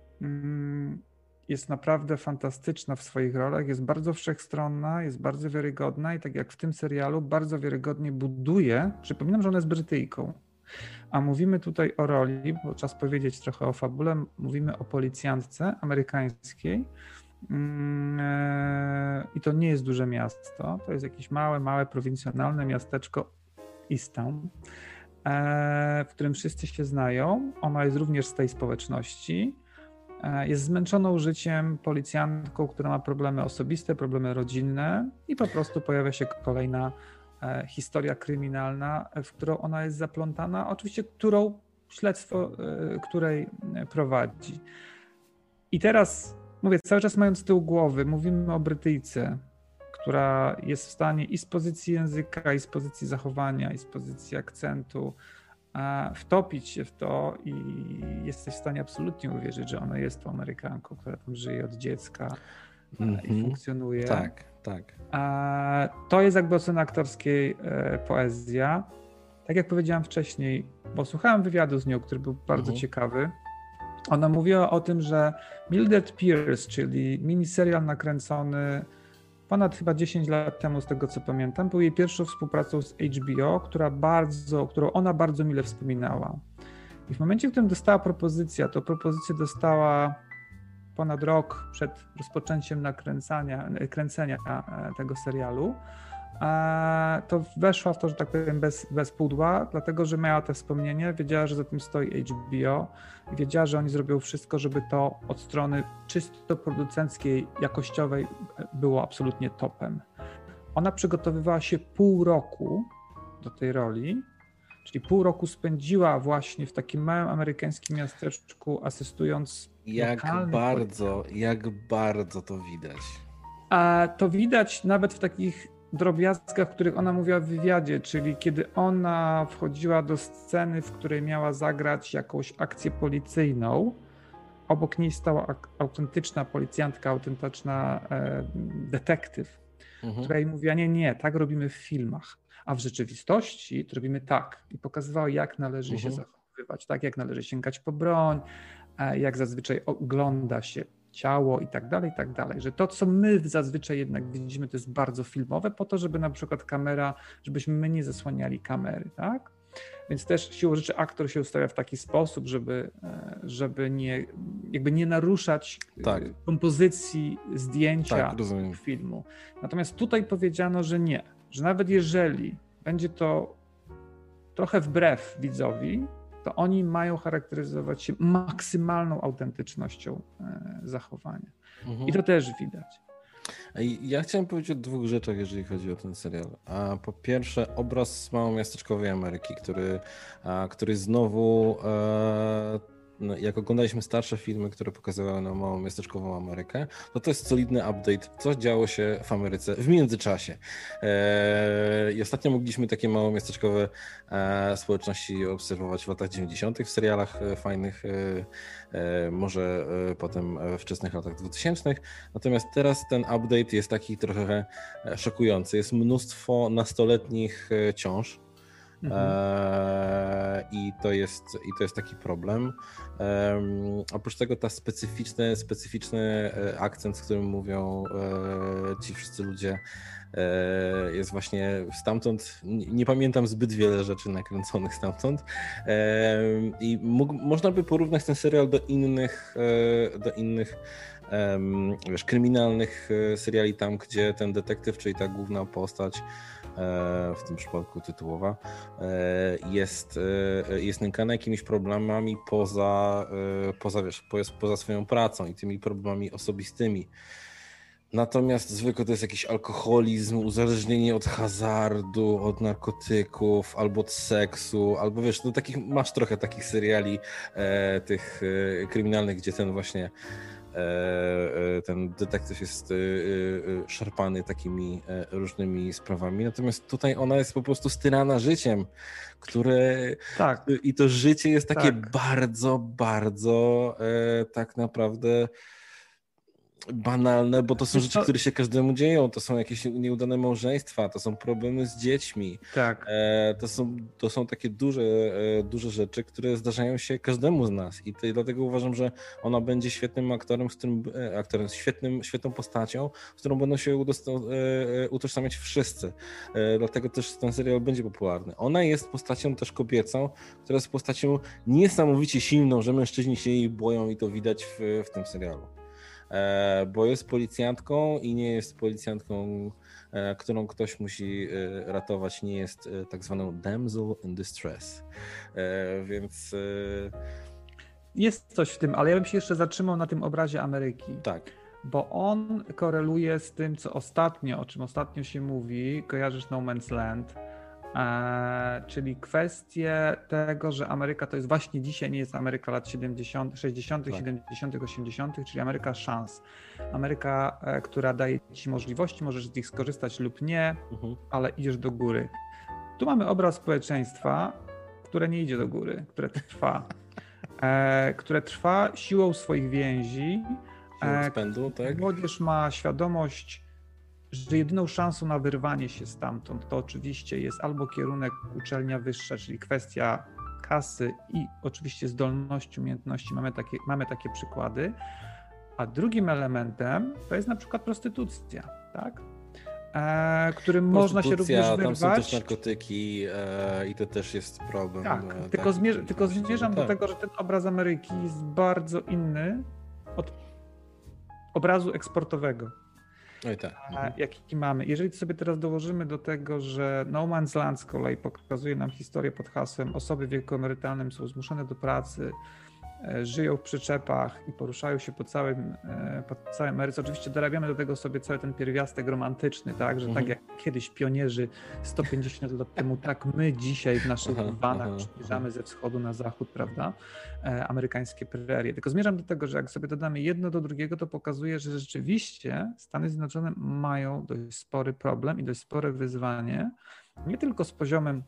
jest naprawdę fantastyczna w swoich rolach, jest bardzo wszechstronna, jest bardzo wiarygodna i tak jak w tym serialu bardzo wiarygodnie buduje. Przypominam, że ona jest Brytyjką, a mówimy tutaj o roli, bo czas powiedzieć trochę o fabule, mówimy o policjantce amerykańskiej i to nie jest duże miasto, to jest jakieś małe, małe, prowincjonalne miasteczko Easttown, w którym wszyscy się znają. Ona jest również z tej społeczności. Jest zmęczoną życiem policjantką, która ma problemy osobiste, problemy rodzinne i po prostu pojawia się kolejna historia kryminalna, w którą ona jest zaplątana, oczywiście którą śledztwo, której prowadzi. I teraz, mówię, cały czas mając z tyłu głowy, mówimy o Brytyjce, która jest w stanie i z pozycji języka, i z pozycji zachowania, i z pozycji akcentu wtopić się w to i jesteś w stanie absolutnie uwierzyć, że ona jest tą Amerykanką, która tam żyje od dziecka mm-hmm. i funkcjonuje. Tak, tak. To jest jakby ocena aktorskiej poezja. Tak jak powiedziałam wcześniej, bo słuchałem wywiadu z nią, który był bardzo mm-hmm. ciekawy. Ona mówiła o tym, że Mildred Pierce, czyli miniserial nakręcony ponad chyba dziesięć lat temu, z tego co pamiętam, był jej pierwszą współpracą z H B O, która bardzo, którą ona bardzo mile wspominała. I w momencie, w którym dostała propozycję, to propozycję dostała ponad rok przed rozpoczęciem nakręcania, kręcenia tego serialu, to weszła w to, że tak powiem, bez, bez pudła, dlatego że miała te wspomnienia, wiedziała, że za tym stoi H B O i wiedziała, że oni zrobią wszystko, żeby to od strony czysto producenckiej, jakościowej było absolutnie topem. Ona przygotowywała się pół roku do tej roli, czyli pół roku spędziła właśnie w takim małym amerykańskim miasteczku, asystując Jak bardzo, policji. jak bardzo to widać. A to widać nawet w takich drobiazgach, o których ona mówiła w wywiadzie, czyli kiedy ona wchodziła do sceny, w której miała zagrać jakąś akcję policyjną, obok niej stała autentyczna policjantka, autentyczna e, detektyw, mhm. która jej mówiła, nie, nie, tak robimy w filmach, a w rzeczywistości to robimy tak. I pokazywała, jak należy mhm. się zachowywać, tak, jak należy sięgać po broń, e, jak zazwyczaj ogląda się ciało i tak dalej, i tak dalej, że to, co my zazwyczaj jednak widzimy, to jest bardzo filmowe, po to, żeby na przykład kamera, żebyśmy my nie zasłaniali kamery, tak? Więc też siłą rzeczy aktor się ustawia w taki sposób, żeby, żeby nie, jakby nie naruszać tak. kompozycji zdjęcia tak, filmu. Natomiast tutaj powiedziano, że nie, że nawet jeżeli będzie to trochę wbrew widzowi, to oni mają charakteryzować się maksymalną autentycznością zachowania. Mhm. I to też widać. Ja chciałem powiedzieć o dwóch rzeczach, jeżeli chodzi o ten serial. A po pierwsze, obraz małomiasteczkowej Ameryki, który, który znowu, no, jak oglądaliśmy starsze filmy, które pokazywały nam małomiasteczkową Amerykę, to to jest solidny update, co działo się w Ameryce w międzyczasie. I ostatnio mogliśmy takie małomiasteczkowe społeczności obserwować w latach dziewięćdziesiątych w serialach fajnych, może potem w wczesnych latach dwutysięcznych. Natomiast teraz ten update jest taki trochę szokujący. Jest mnóstwo nastoletnich ciąż Mhm. E, i, to jest, I to jest taki problem. E, oprócz tego ta specyficzny, specyficzny akcent, z którym mówią e, ci wszyscy ludzie, e, jest właśnie stamtąd. Nie, nie pamiętam zbyt wiele rzeczy nakręconych stamtąd. E, I mógł, można by porównać ten serial do innych, e, do innych Um, wiesz, kryminalnych seriali tam, gdzie ten detektyw, czyli ta główna postać, e, w tym przypadku tytułowa, e, jest, e, jest nękana jakimiś problemami poza, e, poza, wiesz, poza, poza swoją pracą i tymi problemami osobistymi. Natomiast zwykle to jest jakiś alkoholizm, uzależnienie od hazardu, od narkotyków, albo od seksu, albo wiesz, no takich, masz trochę takich seriali e, tych e, kryminalnych, gdzie ten właśnie ten detektyw jest szarpany takimi różnymi sprawami, natomiast tutaj ona jest po prostu styrana życiem, które tak. i to życie jest takie tak. bardzo, bardzo tak naprawdę banalne, bo to są rzeczy, które się każdemu dzieją, to są jakieś nieudane małżeństwa, to są problemy z dziećmi. Tak. E, to, są, to są takie duże, e, duże rzeczy, które zdarzają się każdemu z nas i, to, i dlatego uważam, że ona będzie świetnym aktorem, z którym, e, aktorem świetnym, świetną postacią, z którą będą się udosta- e, utożsamiać wszyscy. E, dlatego też ten serial będzie popularny. Ona jest postacią też kobiecą, która jest postacią niesamowicie silną, że mężczyźni się jej boją i to widać w, w tym serialu. Bo jest policjantką i nie jest policjantką, którą ktoś musi ratować, nie jest tak zwaną damsel in distress, więc... Jest coś w tym, ale ja bym się jeszcze zatrzymał na tym obrazie Ameryki. Tak. Bo on koreluje z tym, co ostatnio, o czym ostatnio się mówi, kojarzysz No Man's Land, e, czyli kwestię tego, że Ameryka to jest właśnie dzisiaj, nie jest Ameryka lat siedemdziesiątych, sześćdziesiątych, tak. siedemdziesiątych, osiemdziesiątych, czyli Ameryka szans. Ameryka, e, która daje ci możliwości, możesz z nich skorzystać lub nie, uh-huh. ale idziesz do góry. Tu mamy obraz społeczeństwa, które nie idzie do góry, które trwa. E, które trwa siłą swoich więzi. Spędu, tak? Młodzież ma świadomość, że jedyną szansą na wyrwanie się stamtąd to oczywiście jest albo kierunek uczelnia wyższa, czyli kwestia kasy i oczywiście zdolności, umiejętności. Mamy takie, mamy takie przykłady. A drugim elementem to jest na przykład prostytucja, tak? E, którym można się również wyrwać. Tam są też narkotyki e, i to też jest problem. Tak, e, tylko, tak, zmier- tylko zmierzam tak. do tego, że ten obraz Ameryki jest bardzo inny od obrazu eksportowego, Oj, tak. mhm. jaki mamy. Jeżeli sobie teraz dołożymy do tego, że No Man's Land z kolei pokazuje nam historię pod hasłem osoby w wieku emerytalnym są zmuszone do pracy, żyją w przyczepach i poruszają się po całym, po całym Ameryce. Oczywiście dorabiamy do tego sobie cały ten pierwiastek romantyczny, tak, że mhm. tak jak kiedyś pionierzy sto pięćdziesiąt lat temu, tak my dzisiaj w naszych aha, vanach przyjeżdżamy ze wschodu na zachód, prawda, e, amerykańskie prerie. Tylko zmierzam do tego, że jak sobie dodamy jedno do drugiego, to pokazuje, że rzeczywiście Stany Zjednoczone mają dość spory problem i dość spore wyzwanie, nie tylko z poziomem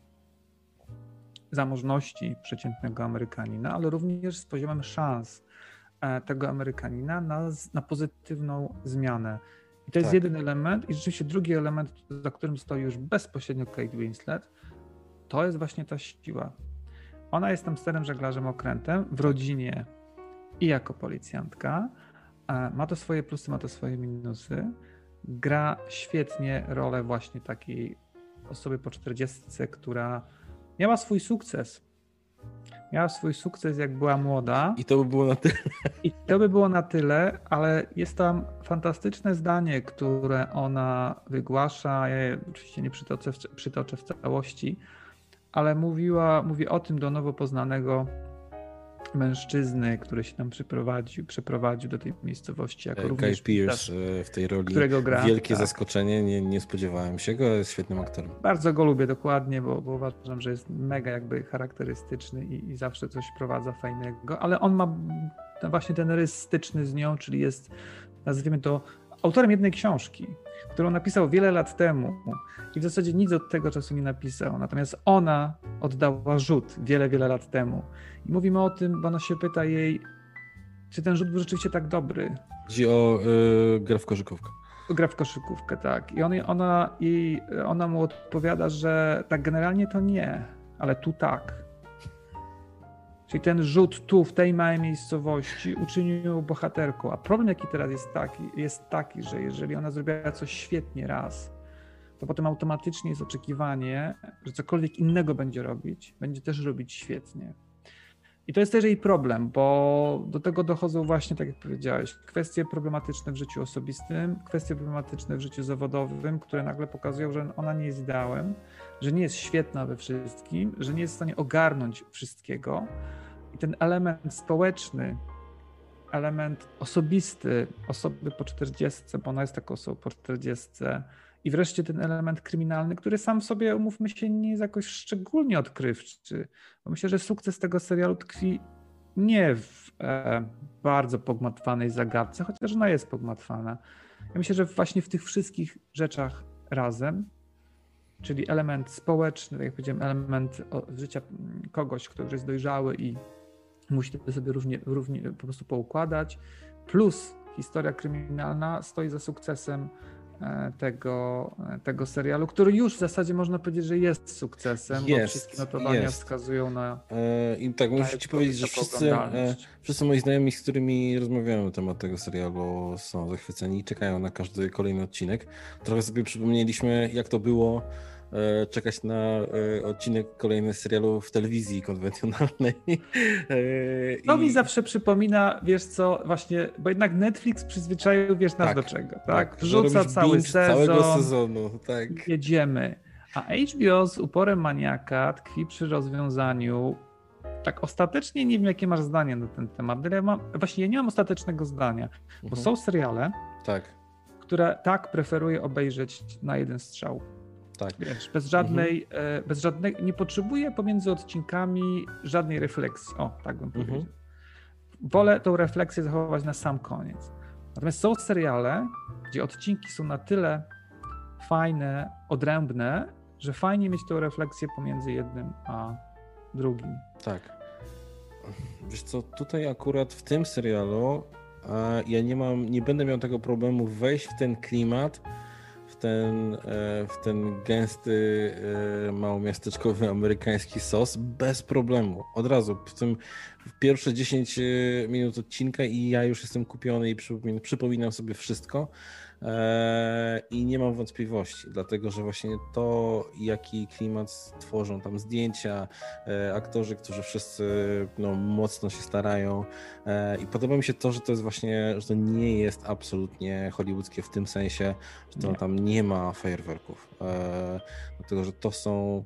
zamożności przeciętnego Amerykanina, ale również z poziomem szans tego Amerykanina na, na pozytywną zmianę. I to jest tak. jeden element i rzeczywiście drugi element, za którym stoi już bezpośrednio Kate Winslet, to jest właśnie ta siła. Ona jest tam sterem żeglarzem okrętem w rodzinie i jako policjantka. Ma to swoje plusy, ma to swoje minusy. Gra świetnie rolę właśnie takiej osoby po czterdziestce, która miała swój sukces. Miała swój sukces, jak była młoda. I to by było na tyle. I to by było na tyle, ale jest tam fantastyczne zdanie, które ona wygłasza. Ja je oczywiście nie przytoczę w, przytoczę w całości, ale mówiła, mówi o tym do nowo poznanego mężczyzny, który się tam przyprowadził, przeprowadził do tej miejscowości. Jako Guy Pearce w tej roli. Którego gra. Wielkie tak. zaskoczenie, nie, nie spodziewałem się go, ale jest świetnym aktorem. Bardzo go lubię dokładnie, bo, bo uważam, że jest mega jakby charakterystyczny i, i zawsze coś wprowadza fajnego, ale on ma właśnie ten rys styczny z nią, czyli jest, nazwijmy to, autorem jednej książki, którą napisał wiele lat temu i w zasadzie nic od tego czasu nie napisał. Natomiast ona oddała rzut wiele, wiele lat temu. I mówimy o tym, bo ona się pyta jej, czy ten rzut był rzeczywiście tak dobry. Chodzi o yy, grę w koszykówkę. Gra w koszykówkę, tak. I on, ona, i ona mu odpowiada, że tak generalnie to nie. ale tu tak. Czyli ten rzut tu, w tej małej miejscowości uczynił ją bohaterką. A problem, jaki teraz jest taki, jest taki, że jeżeli ona zrobiła coś świetnie raz, to potem automatycznie jest oczekiwanie, że cokolwiek innego będzie robić, będzie też robić świetnie. I to jest też jej problem, bo do tego dochodzą właśnie, tak jak powiedziałeś, kwestie problematyczne w życiu osobistym, kwestie problematyczne w życiu zawodowym, które nagle pokazują, że ona nie jest ideałem, że nie jest świetna we wszystkim, że nie jest w stanie ogarnąć wszystkiego. I ten element społeczny, element osobisty osoby po czterdziestce, bo ona jest taką osobą po czterdziestce, i wreszcie ten element kryminalny, który sam w sobie, umówmy się, nie jest jakoś szczególnie odkrywczy. Bo myślę, że sukces tego serialu tkwi nie w e, bardzo pogmatwanej zagadce, chociaż ona jest pogmatwana. Ja myślę, że właśnie w tych wszystkich rzeczach razem, czyli element społeczny, tak jak powiedziałem, element życia kogoś, kto już jest dojrzały i musi to sobie równie, równie po prostu poukładać, plus historia kryminalna stoi za sukcesem tego, tego serialu, który już w zasadzie można powiedzieć, że jest sukcesem, jest, bo wszystkie notowania jest. wskazują na... I tak, muszę ci powiedzieć, że wszyscy, wszyscy moi znajomi, z którymi rozmawiałem na temat tego serialu, są zachwyceni i czekają na każdy kolejny odcinek. Trochę sobie przypomnieliśmy, jak to było czekać na odcinek kolejny serialu w telewizji konwencjonalnej. To I... mi zawsze przypomina, wiesz co, właśnie, bo jednak Netflix przyzwyczaił, wiesz nas tak, do czego, tak? tak Wrzuca cały sezon, całego sezonu, tak. Jedziemy. A H B O z uporem maniaka tkwi przy rozwiązaniu, tak ostatecznie nie wiem, jakie masz zdanie na ten temat, ale ja mam, właśnie ja nie mam ostatecznego zdania, bo mhm. są seriale, tak. które tak preferuję obejrzeć na jeden strzał. Tak. Wiesz, bez żadnej, mhm. bez żadnej, nie potrzebuję pomiędzy odcinkami żadnej refleksji. O, tak bym mhm. powiedział. Wolę tą refleksję zachować na sam koniec. Natomiast są seriale, gdzie odcinki są na tyle fajne, odrębne, że fajnie mieć tę refleksję pomiędzy jednym a drugim. Tak. Wiesz co, tutaj akurat w tym serialu ja nie mam, nie będę miał tego problemu wejść w ten klimat, Ten, w ten gęsty, małomiasteczkowy amerykański sos bez problemu. Od razu. W tym w pierwsze dziesięć minut odcinka i ja już jestem kupiony i przypominam, przypominam sobie wszystko i nie mam wątpliwości, dlatego że właśnie to, jaki klimat tworzą tam zdjęcia, aktorzy, którzy wszyscy no, mocno się starają i podoba mi się to, że to jest właśnie, że to nie jest absolutnie hollywoodzkie w tym sensie, że to nie. Tam nie ma fajerwerków, dlatego że to są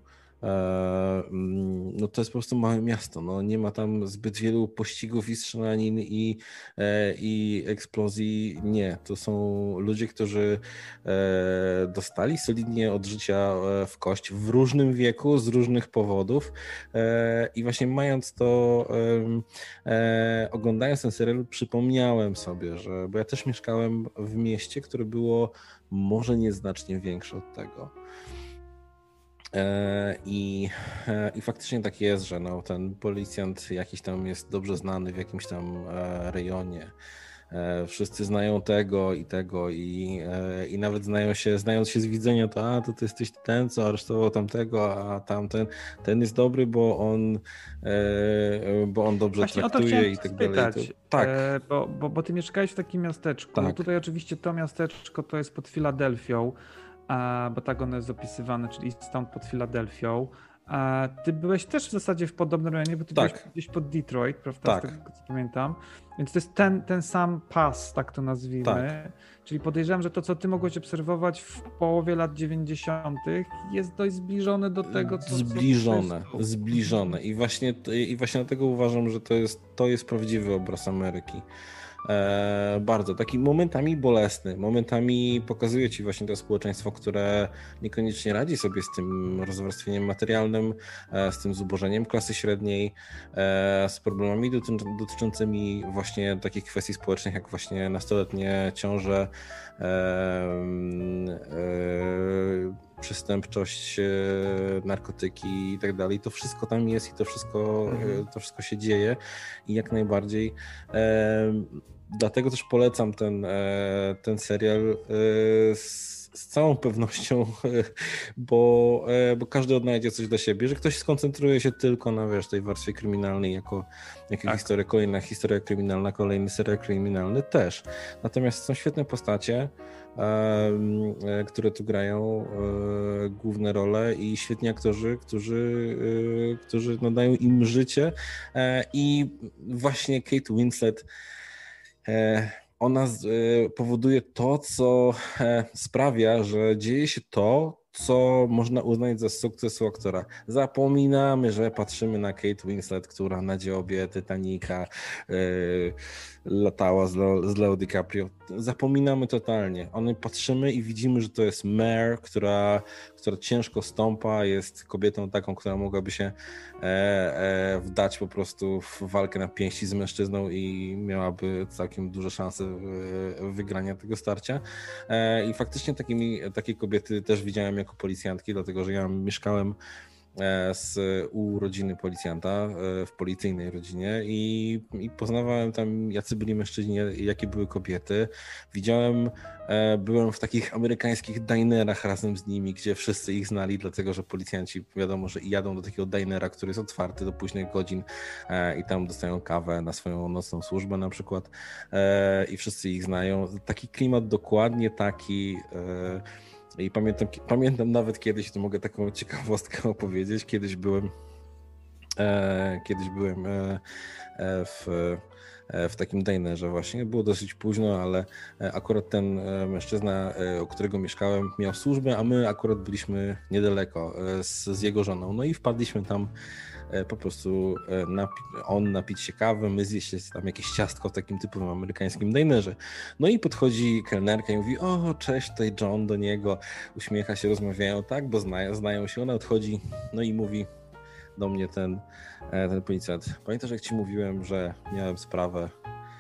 no to jest po prostu małe miasto, no nie ma tam zbyt wielu pościgów i strzelanin i, i eksplozji, nie, to są ludzie, którzy dostali solidnie od życia w kość w różnym wieku, z różnych powodów i właśnie mając to, oglądając ten serial, przypomniałem sobie, że, bo ja też mieszkałem w mieście, które było może nieznacznie większe od tego. I, I faktycznie tak jest, że no, ten policjant jakiś tam jest dobrze znany w jakimś tam rejonie. Wszyscy znają tego i tego i, i nawet znają się, znając się z widzenia, to a, to ty jesteś ten, co aresztował tamtego, a tamten, ten jest dobry, bo on, bo on dobrze Właśnie traktuje i tak spytać, dalej. To, tak. Bo, bo, bo ty mieszkałeś w takim miasteczku. Tak. Tutaj oczywiście to miasteczko to jest pod Filadelfią, bo tak ono jest opisywane, czyli stąd pod Filadelfią. A ty byłeś też w zasadzie w podobnym rejonie, bo ty tak. byłeś gdzieś pod Detroit, prawda? Tak. Z tego, co pamiętam. Więc to jest ten, ten sam pas, tak to nazwijmy. Tak. Czyli podejrzewam, że to, co ty mogłeś obserwować w połowie lat dziewięćdziesiątych jest dość zbliżone do tego, co... Zbliżone, co zbliżone. I właśnie, I właśnie dlatego uważam, że to jest, to jest prawdziwy obraz Ameryki. E, bardzo, taki momentami bolesny, momentami pokazuje ci właśnie to społeczeństwo, które niekoniecznie radzi sobie z tym rozwarstwieniem materialnym, e, z tym zubożeniem klasy średniej, e, z problemami doty- dotyczącymi właśnie takich kwestii społecznych, jak właśnie nastoletnie ciąże, e, e, przestępczość, narkotyki i tak dalej. To wszystko tam jest i to wszystko, mhm. to wszystko się dzieje i jak najbardziej. Dlatego też polecam ten, ten serial z, z całą pewnością, bo, bo każdy odnajdzie coś dla siebie, że ktoś skoncentruje się tylko na, wiesz, tej warstwie kryminalnej jako, jako Tak. historia, kolejna historia kryminalna, kolejny serial kryminalny też. Natomiast są świetne postacie, e, które tu grają e, główne role i świetni aktorzy, którzy, e, którzy nadają im życie e, i właśnie Kate Winslet e, ona powoduje to, co sprawia, że dzieje się to, co można uznać za sukces u aktora. Zapominamy, że patrzymy na Kate Winslet, która na dziobie Titanica yy, latała z Leo, z Leo DiCaprio. Zapominamy totalnie. One patrzymy i widzimy, że to jest Mare, która, która ciężko stąpa, jest kobietą taką, która mogłaby się e, e, wdać po prostu w walkę na pięści z mężczyzną i miałaby całkiem duże szanse wygrania tego starcia. E, I faktycznie takimi, takie kobiety też widziałem jako policjantki, dlatego że ja mieszkałem z, u rodziny policjanta w policyjnej rodzinie i, i poznawałem tam, jacy byli mężczyźni, jakie były kobiety. Widziałem, byłem w takich amerykańskich dinerach razem z nimi, gdzie wszyscy ich znali, dlatego że policjanci wiadomo, że jadą do takiego dinera, który jest otwarty do późnych godzin i tam dostają kawę na swoją nocną służbę na przykład i wszyscy ich znają. Taki klimat dokładnie taki. I pamiętam, pamiętam nawet kiedyś, to mogę taką ciekawostkę opowiedzieć, kiedyś byłem e, kiedyś byłem e, w, e, w takim dinerze właśnie, było dosyć późno, ale akurat ten mężczyzna, u którego mieszkałem, miał służbę, a my akurat byliśmy niedaleko z, z jego żoną, no i wpadliśmy tam po prostu napi- on napić się kawy, my zjeść tam jakieś ciastko w takim typowym amerykańskim dinerze. No i podchodzi kelnerka i mówi: o, cześć, tutaj John do niego, uśmiecha się, rozmawiają, tak, bo znają, znają się. Ona odchodzi, no i mówi do mnie ten, ten policjant: pamiętasz, jak ci mówiłem, że miałem sprawę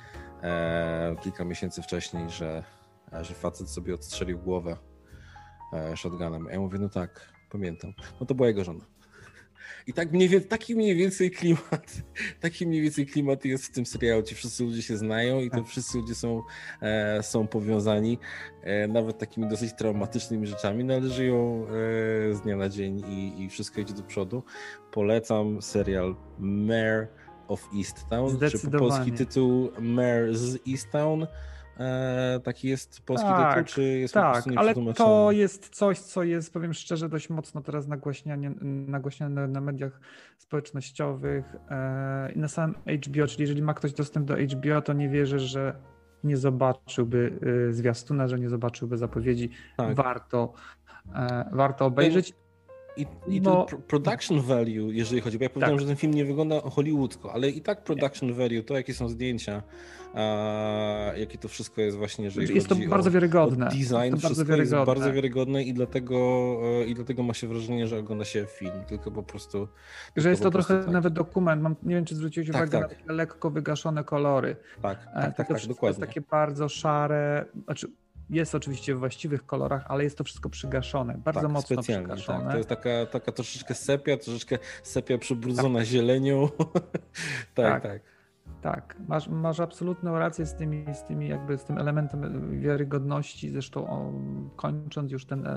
e, kilka miesięcy wcześniej, że, że facet sobie odstrzelił głowę e, shotgunem. A ja mówię: no tak, pamiętam. No to była jego żona. I tak mniej, taki mniej więcej klimat, taki mniej więcej klimat jest w tym serialu. Ci wszyscy ludzie się znają i to wszyscy ludzie są, e, są powiązani e, nawet takimi dosyć traumatycznymi rzeczami, no ale żyją e, z dnia na dzień i, i wszystko idzie do przodu. Polecam serial Mare of Easttown, czy po polski tytuł Mare z Easttown. E, taki jest polski tak, tytuł, czy jest tak, po prostu ale nieprzetłumaczony? to jest coś, co jest, powiem szczerze, dość mocno teraz nagłaśniane, nagłaśniane na mediach społecznościowych e, i na samym H B O, czyli jeżeli ma ktoś dostęp do H B O, to nie wierzę, że nie zobaczyłby e, zwiastuna, że nie zobaczyłby zapowiedzi. Tak. Warto, e, warto obejrzeć. I, i no, ten production value, jeżeli chodzi, bo ja powiedziałem, tak, że ten film nie wygląda hollywoodzko, ale i tak production value, to jakie są zdjęcia, a, jakie to wszystko jest właśnie, jeżeli jest chodzi to bardzo o, wiarygodne. o design, jest to wszystko bardzo jest bardzo wiarygodne i dlatego, i dlatego ma się wrażenie, że ogląda się film, tylko po prostu... Że jest to trochę tak. nawet dokument, mam, nie wiem, czy zwróciłeś uwagę tak, tak. na takie lekko wygaszone kolory. Tak, tak, tak, tak, to tak dokładnie. jest takie bardzo szare, znaczy jest oczywiście w właściwych kolorach, ale jest to wszystko przygaszone, bardzo tak, mocno przygaszone. Tak. To jest taka, taka troszeczkę sepia, troszeczkę sepia przybrudzona tak. zielenią. tak, tak. tak. Tak, masz, masz absolutną rację z tymi, z tymi jakby z tym elementem wiarygodności, zresztą o, kończąc już ten,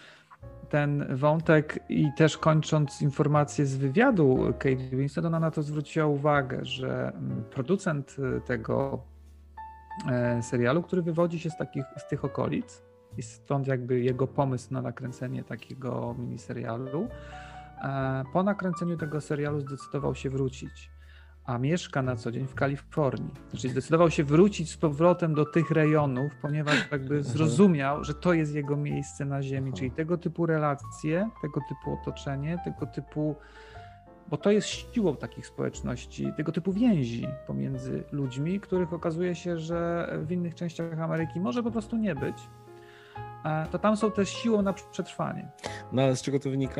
ten wątek i też kończąc informację z wywiadu Kate Winslet, ona na to zwróciła uwagę, że producent tego serialu, który wywodzi się z, takich, z tych okolic i stąd jakby jego pomysł na nakręcenie takiego miniserialu, po nakręceniu tego serialu zdecydował się wrócić, a mieszka na co dzień w Kalifornii. Znaczy zdecydował się wrócić z powrotem do tych rejonów, ponieważ jakby zrozumiał, że to jest jego miejsce na ziemi, czyli tego typu relacje, tego typu otoczenie, tego typu, bo to jest siłą takich społeczności, tego typu więzi pomiędzy ludźmi, których okazuje się, że w innych częściach Ameryki może po prostu nie być, to tam są też siłą na przetrwanie. No ale z czego to wynika?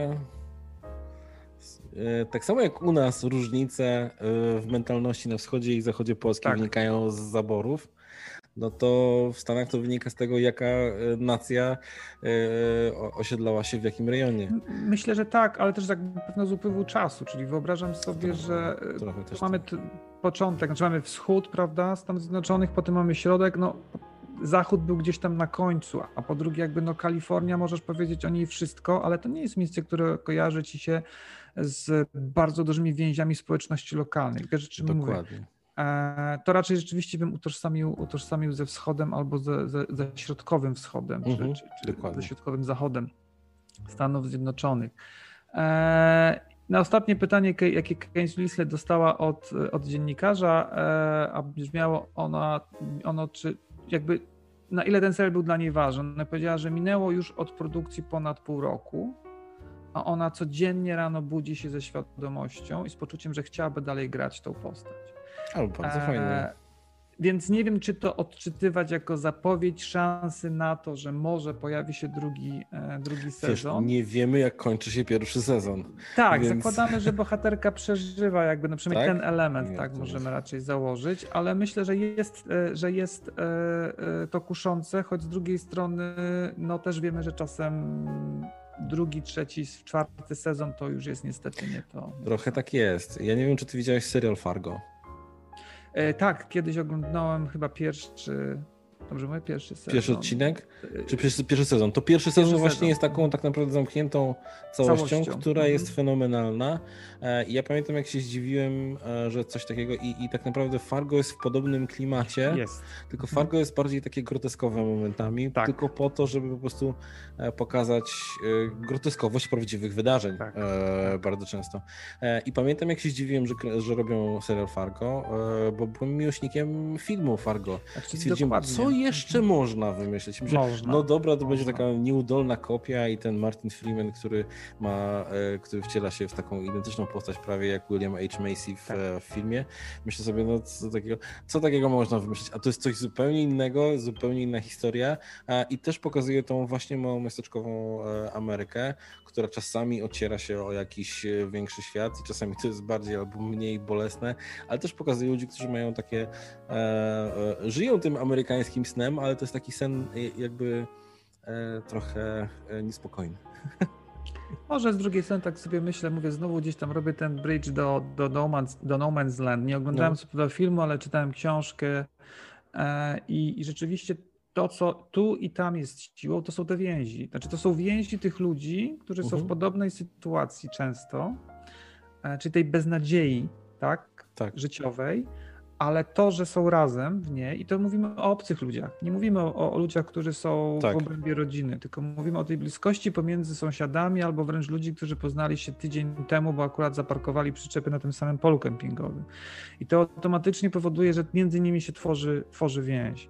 Tak samo jak u nas różnice w mentalności na wschodzie i zachodzie Polski tak. wynikają z zaborów, no to w Stanach to wynika z tego, jaka nacja osiedlała się w jakim rejonie. Myślę, że tak, ale też jakby pewno z upływu czasu, czyli wyobrażam sobie, trochę, że trochę mamy tak. początek, znaczy mamy wschód, prawda, Stanów Zjednoczonych, potem mamy środek, no Zachód był gdzieś tam na końcu, a po drugie jakby no Kalifornia, możesz powiedzieć o niej wszystko, ale to nie jest miejsce, które kojarzy ci się z bardzo dużymi więziami społeczności lokalnych. Wiesz, o czym Dokładnie. mówię? To raczej rzeczywiście bym utożsamił, utożsamił ze wschodem albo ze, ze, ze środkowym wschodem, Mhm, czy, czy, czy ze dokładnie. środkowym zachodem Stanów Zjednoczonych. Na ostatnie pytanie, jakie Keynes Winslet dostała od, od dziennikarza, a brzmiało ono, ono, czy jakby na ile ten serial był dla niej ważny. Ona powiedziała, że minęło już od produkcji ponad pół roku, a ona codziennie rano budzi się ze świadomością i z poczuciem, że chciałaby dalej grać tą postać. Ale bardzo e, fajne. Więc nie wiem, czy to odczytywać jako zapowiedź szansy na to, że może pojawi się drugi, drugi sezon. Wiesz, nie wiemy, jak kończy się pierwszy sezon. Tak, więc... zakładamy, że bohaterka przeżywa jakby, no przynajmniej tak? ten element, nie, tak możemy jest... raczej założyć, ale myślę, że jest, że jest to kuszące, choć z drugiej strony no też wiemy, że czasem drugi, trzeci, czwarty sezon to już jest niestety nie to. Trochę tak jest. Ja nie wiem, czy ty widziałeś serial Fargo. E, tak, kiedyś oglądałem chyba pierwszy, dobrze mówię, pierwszy sezon. Pierwszy odcinek? Czy pierwszy, pierwszy sezon? To pierwszy, pierwszy sezon właśnie sezon. jest taką tak naprawdę zamkniętą całością, całością. która mhm. jest fenomenalna. I ja pamiętam, jak się zdziwiłem, że coś takiego i, i tak naprawdę Fargo jest w podobnym klimacie, jest. tylko Fargo jest bardziej takie groteskowe momentami, tak. tylko po to, żeby po prostu pokazać groteskowość prawdziwych wydarzeń tak. e, bardzo często. E, I pamiętam, jak się zdziwiłem, że, że robią serial Fargo, e, bo byłem miłośnikiem filmu Fargo. Znaczy, I stwierdziłem, co jeszcze mhm. można wymyślić? Myślę, można. No dobra, to można. będzie taka nieudolna kopia i ten Martin Freeman, który ma, e, który wciela się w taką identyczną postać prawie jak William H. Macy w, tak. e, w filmie. Myślę sobie, no co takiego, co takiego można wymyślić? A to jest coś zupełnie innego, zupełnie inna historia e, i też pokazuje tą właśnie małą miasteczkową e, Amerykę, która czasami ociera się o jakiś większy świat i czasami to jest bardziej albo mniej bolesne, ale też pokazuje ludzi, którzy mają takie, e, e, żyją tym amerykańskim snem, ale to jest taki sen jakby e, trochę e, niespokojny. Może z drugiej strony tak sobie myślę, mówię, znowu gdzieś tam robię ten bridge do, do, no, Man's, do No Man's Land. Nie oglądałem no. sobie tego filmu, ale czytałem książkę e, i, i rzeczywiście to, co tu i tam jest siłą, to są te więzi. Znaczy to są więzi tych ludzi, którzy uh-huh. są w podobnej sytuacji często, e, czyli tej beznadziei, tak, tak. życiowej, ale to, że są razem w niej i to mówimy o obcych ludziach. Nie mówimy o, o ludziach, którzy są tak. w obrębie rodziny, tylko mówimy o tej bliskości pomiędzy sąsiadami albo wręcz ludzi, którzy poznali się tydzień temu, bo akurat zaparkowali przyczepy na tym samym polu kempingowym. I to automatycznie powoduje, że między nimi się tworzy, tworzy więź.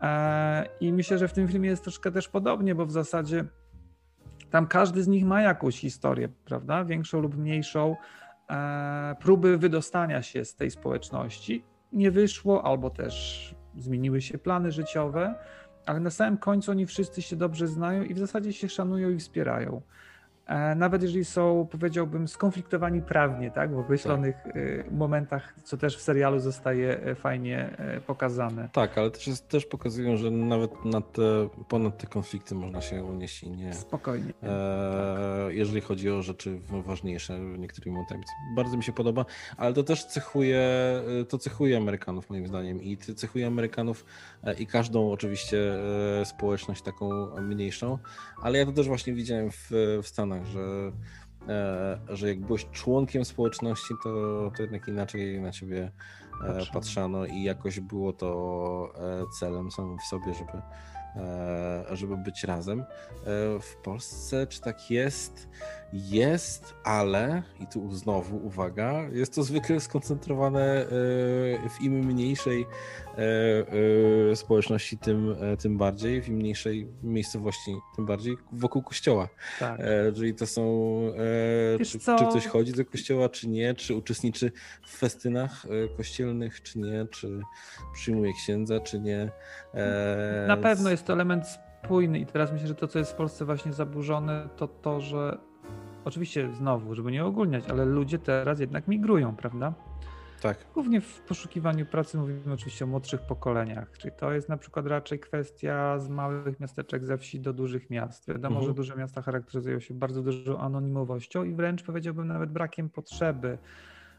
I myślę, że w tym filmie jest troszkę też podobnie, bo w zasadzie tam każdy z nich ma jakąś historię, prawda? Większą lub mniejszą, próby wydostania się z tej społeczności. Nie wyszło, albo też zmieniły się plany życiowe, ale na samym końcu oni wszyscy się dobrze znają i w zasadzie się szanują i wspierają. Nawet jeżeli są, powiedziałbym, skonfliktowani prawnie, tak, w określonych tak. momentach, co też w serialu zostaje fajnie pokazane. Tak, ale też, jest, też pokazują, że nawet na te, ponad te konflikty można się unieść i nie... Spokojnie. E, tak. Jeżeli chodzi o rzeczy ważniejsze niektórymi momentami. Bardzo mi się podoba, ale to też cechuje, to cechuje Amerykanów moim zdaniem i cechuje Amerykanów i każdą oczywiście społeczność taką mniejszą, ale ja to też właśnie widziałem w, w Stanach, że, że jak byłeś członkiem społeczności, to, to jednak inaczej na ciebie patrzono. patrzano i jakoś było to celem samym w sobie, żeby, żeby być razem. W Polsce czy tak jest? Jest, ale, i tu znowu uwaga, jest to zwykle skoncentrowane w im mniejszej społeczności, tym, tym bardziej, w im mniejszej miejscowości, tym bardziej wokół kościoła. Tak. Czyli to są, czy, czy ktoś chodzi do kościoła, czy nie, czy uczestniczy w festynach kościelnych, czy nie, czy przyjmuje księdza, czy nie. Na pewno jest to element spójny i teraz myślę, że to, co jest w Polsce właśnie zaburzone, to to, że oczywiście znowu, żeby nie ogólniać, ale ludzie teraz jednak migrują, prawda? Tak. Głównie w poszukiwaniu pracy mówimy oczywiście o młodszych pokoleniach, czyli to jest na przykład raczej kwestia z małych miasteczek ze wsi do dużych miast. Wiadomo, mhm. że duże miasta charakteryzują się bardzo dużą anonimowością i wręcz powiedziałbym nawet brakiem potrzeby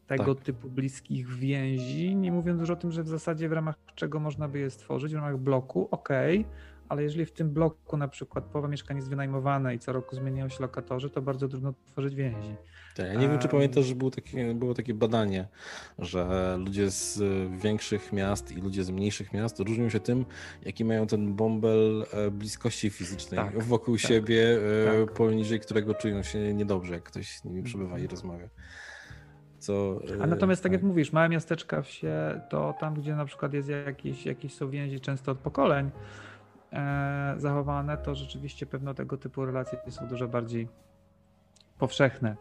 tego Tak. typu bliskich więzi, nie mówiąc już o tym, że w zasadzie w ramach czego można by je stworzyć, w ramach bloku, okej, ale jeżeli w tym bloku na przykład połowa mieszkań jest wynajmowane i co roku zmieniają się lokatorzy, to bardzo trudno tworzyć więzi. Tak, ja nie wiem, czy Um, pamiętasz, że było takie, było takie badanie, że ludzie z większych miast i ludzie z mniejszych miast różnią się tym, jaki mają ten bąbel e, bliskości fizycznej Tak, wokół tak, siebie, e, tak. poniżej którego czują się niedobrze, jak ktoś z nimi przebywa i rozmawia. Co, A e, natomiast tak jak mówisz, małe miasteczka, wsie, to tam, gdzie na przykład jest jakieś, jakieś są więzi często od pokoleń e, zachowane, to rzeczywiście pewno tego typu relacje są dużo bardziej powszechne.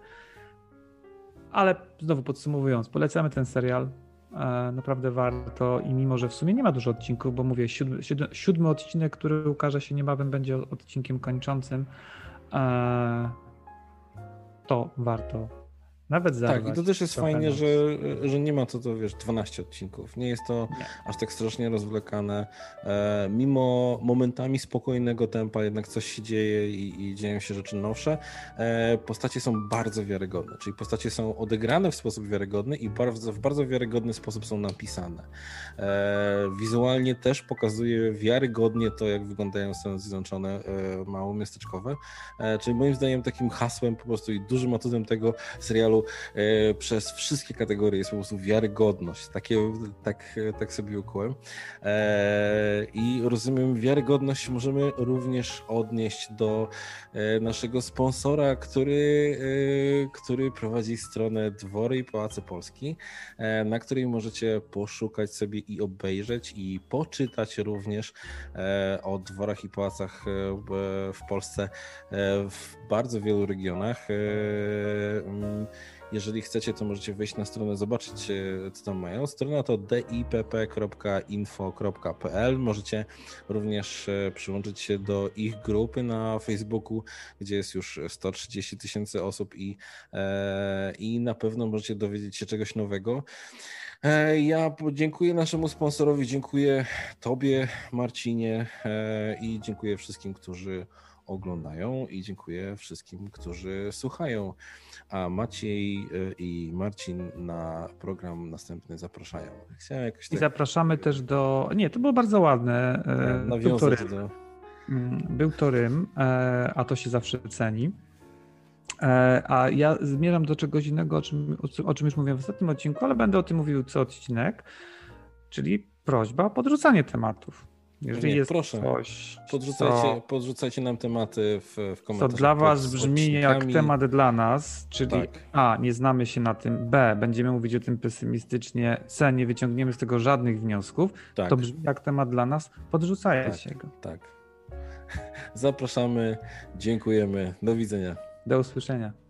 Ale znowu podsumowując, polecamy ten serial. E, naprawdę warto i mimo, że w sumie nie ma dużo odcinków, bo mówię, siódmy, siódmy, siódmy odcinek, który ukaże się niebawem, będzie odcinkiem kończącym, e, to warto nawet zarwać. Tak, i to też jest trochę fajnie, noc. że, że nie ma to, to wiesz, dwanaście odcinków. Nie jest to Nie. aż tak strasznie rozwlekane. E, mimo momentami spokojnego tempa jednak coś się dzieje i, i dzieją się rzeczy nowsze. E, postacie są bardzo wiarygodne, czyli postacie są odegrane w sposób wiarygodny i bardzo, w bardzo wiarygodny sposób są napisane. E, wizualnie też pokazuje wiarygodnie to, jak wyglądają Stany Zjednoczone e, małomiasteczkowe. E, czyli moim zdaniem takim hasłem po prostu i dużym atutem tego serialu e, przez wszystkie kategorie jest po prostu wiarygodność. Takie, tak, tak sobie ukułem. E, I rozumiem, wiarygodność możemy również odnieść do e, naszego sponsora, który, e, który prowadzi stronę Dwory i Pałace Polski, e, na której możecie poszukać sobie i obejrzeć i poczytać również e, o dworach i pałacach e, w Polsce e, w bardzo wielu regionach. E, mm, Jeżeli chcecie, to możecie wejść na stronę, zobaczyć, e, co tam mają. Strona to d i p p kropka info kropka p l. Możecie również e, przyłączyć się do ich grupy na Facebooku, gdzie jest już sto trzydzieści tysięcy osób i, e, i na pewno możecie dowiedzieć się czegoś nowego. E, Ja dziękuję naszemu sponsorowi, dziękuję Tobie, Marcinie, e, i dziękuję wszystkim, którzy oglądają i dziękuję wszystkim, którzy słuchają. A Maciej y, i Marcin na program następny zapraszają. Chciałem jakoś I tak zapraszamy też do... Nie, to było bardzo ładne. e, Był to nawiązać Rym, do... Mm, był to Rym, e, a to się zawsze ceni. E, A ja zmierzam do czegoś innego, o czym, o czym już mówiłem w ostatnim odcinku, ale będę o tym mówił co odcinek, czyli prośba o podrzucanie tematów. Jeżeli Nie, jest proszę, coś, podrzucajcie, co, podrzucajcie nam tematy w, w co komentarzach. dla was pod brzmi jak odcinkami. temat dla nas, czyli Tak. A, nie znamy się na tym, B, będziemy mówić o tym pesymistycznie, C, nie wyciągniemy z tego żadnych wniosków, Tak, to brzmi jak temat dla nas, podrzucajcie go. tak. Zapraszamy, dziękujemy, do widzenia. Do usłyszenia.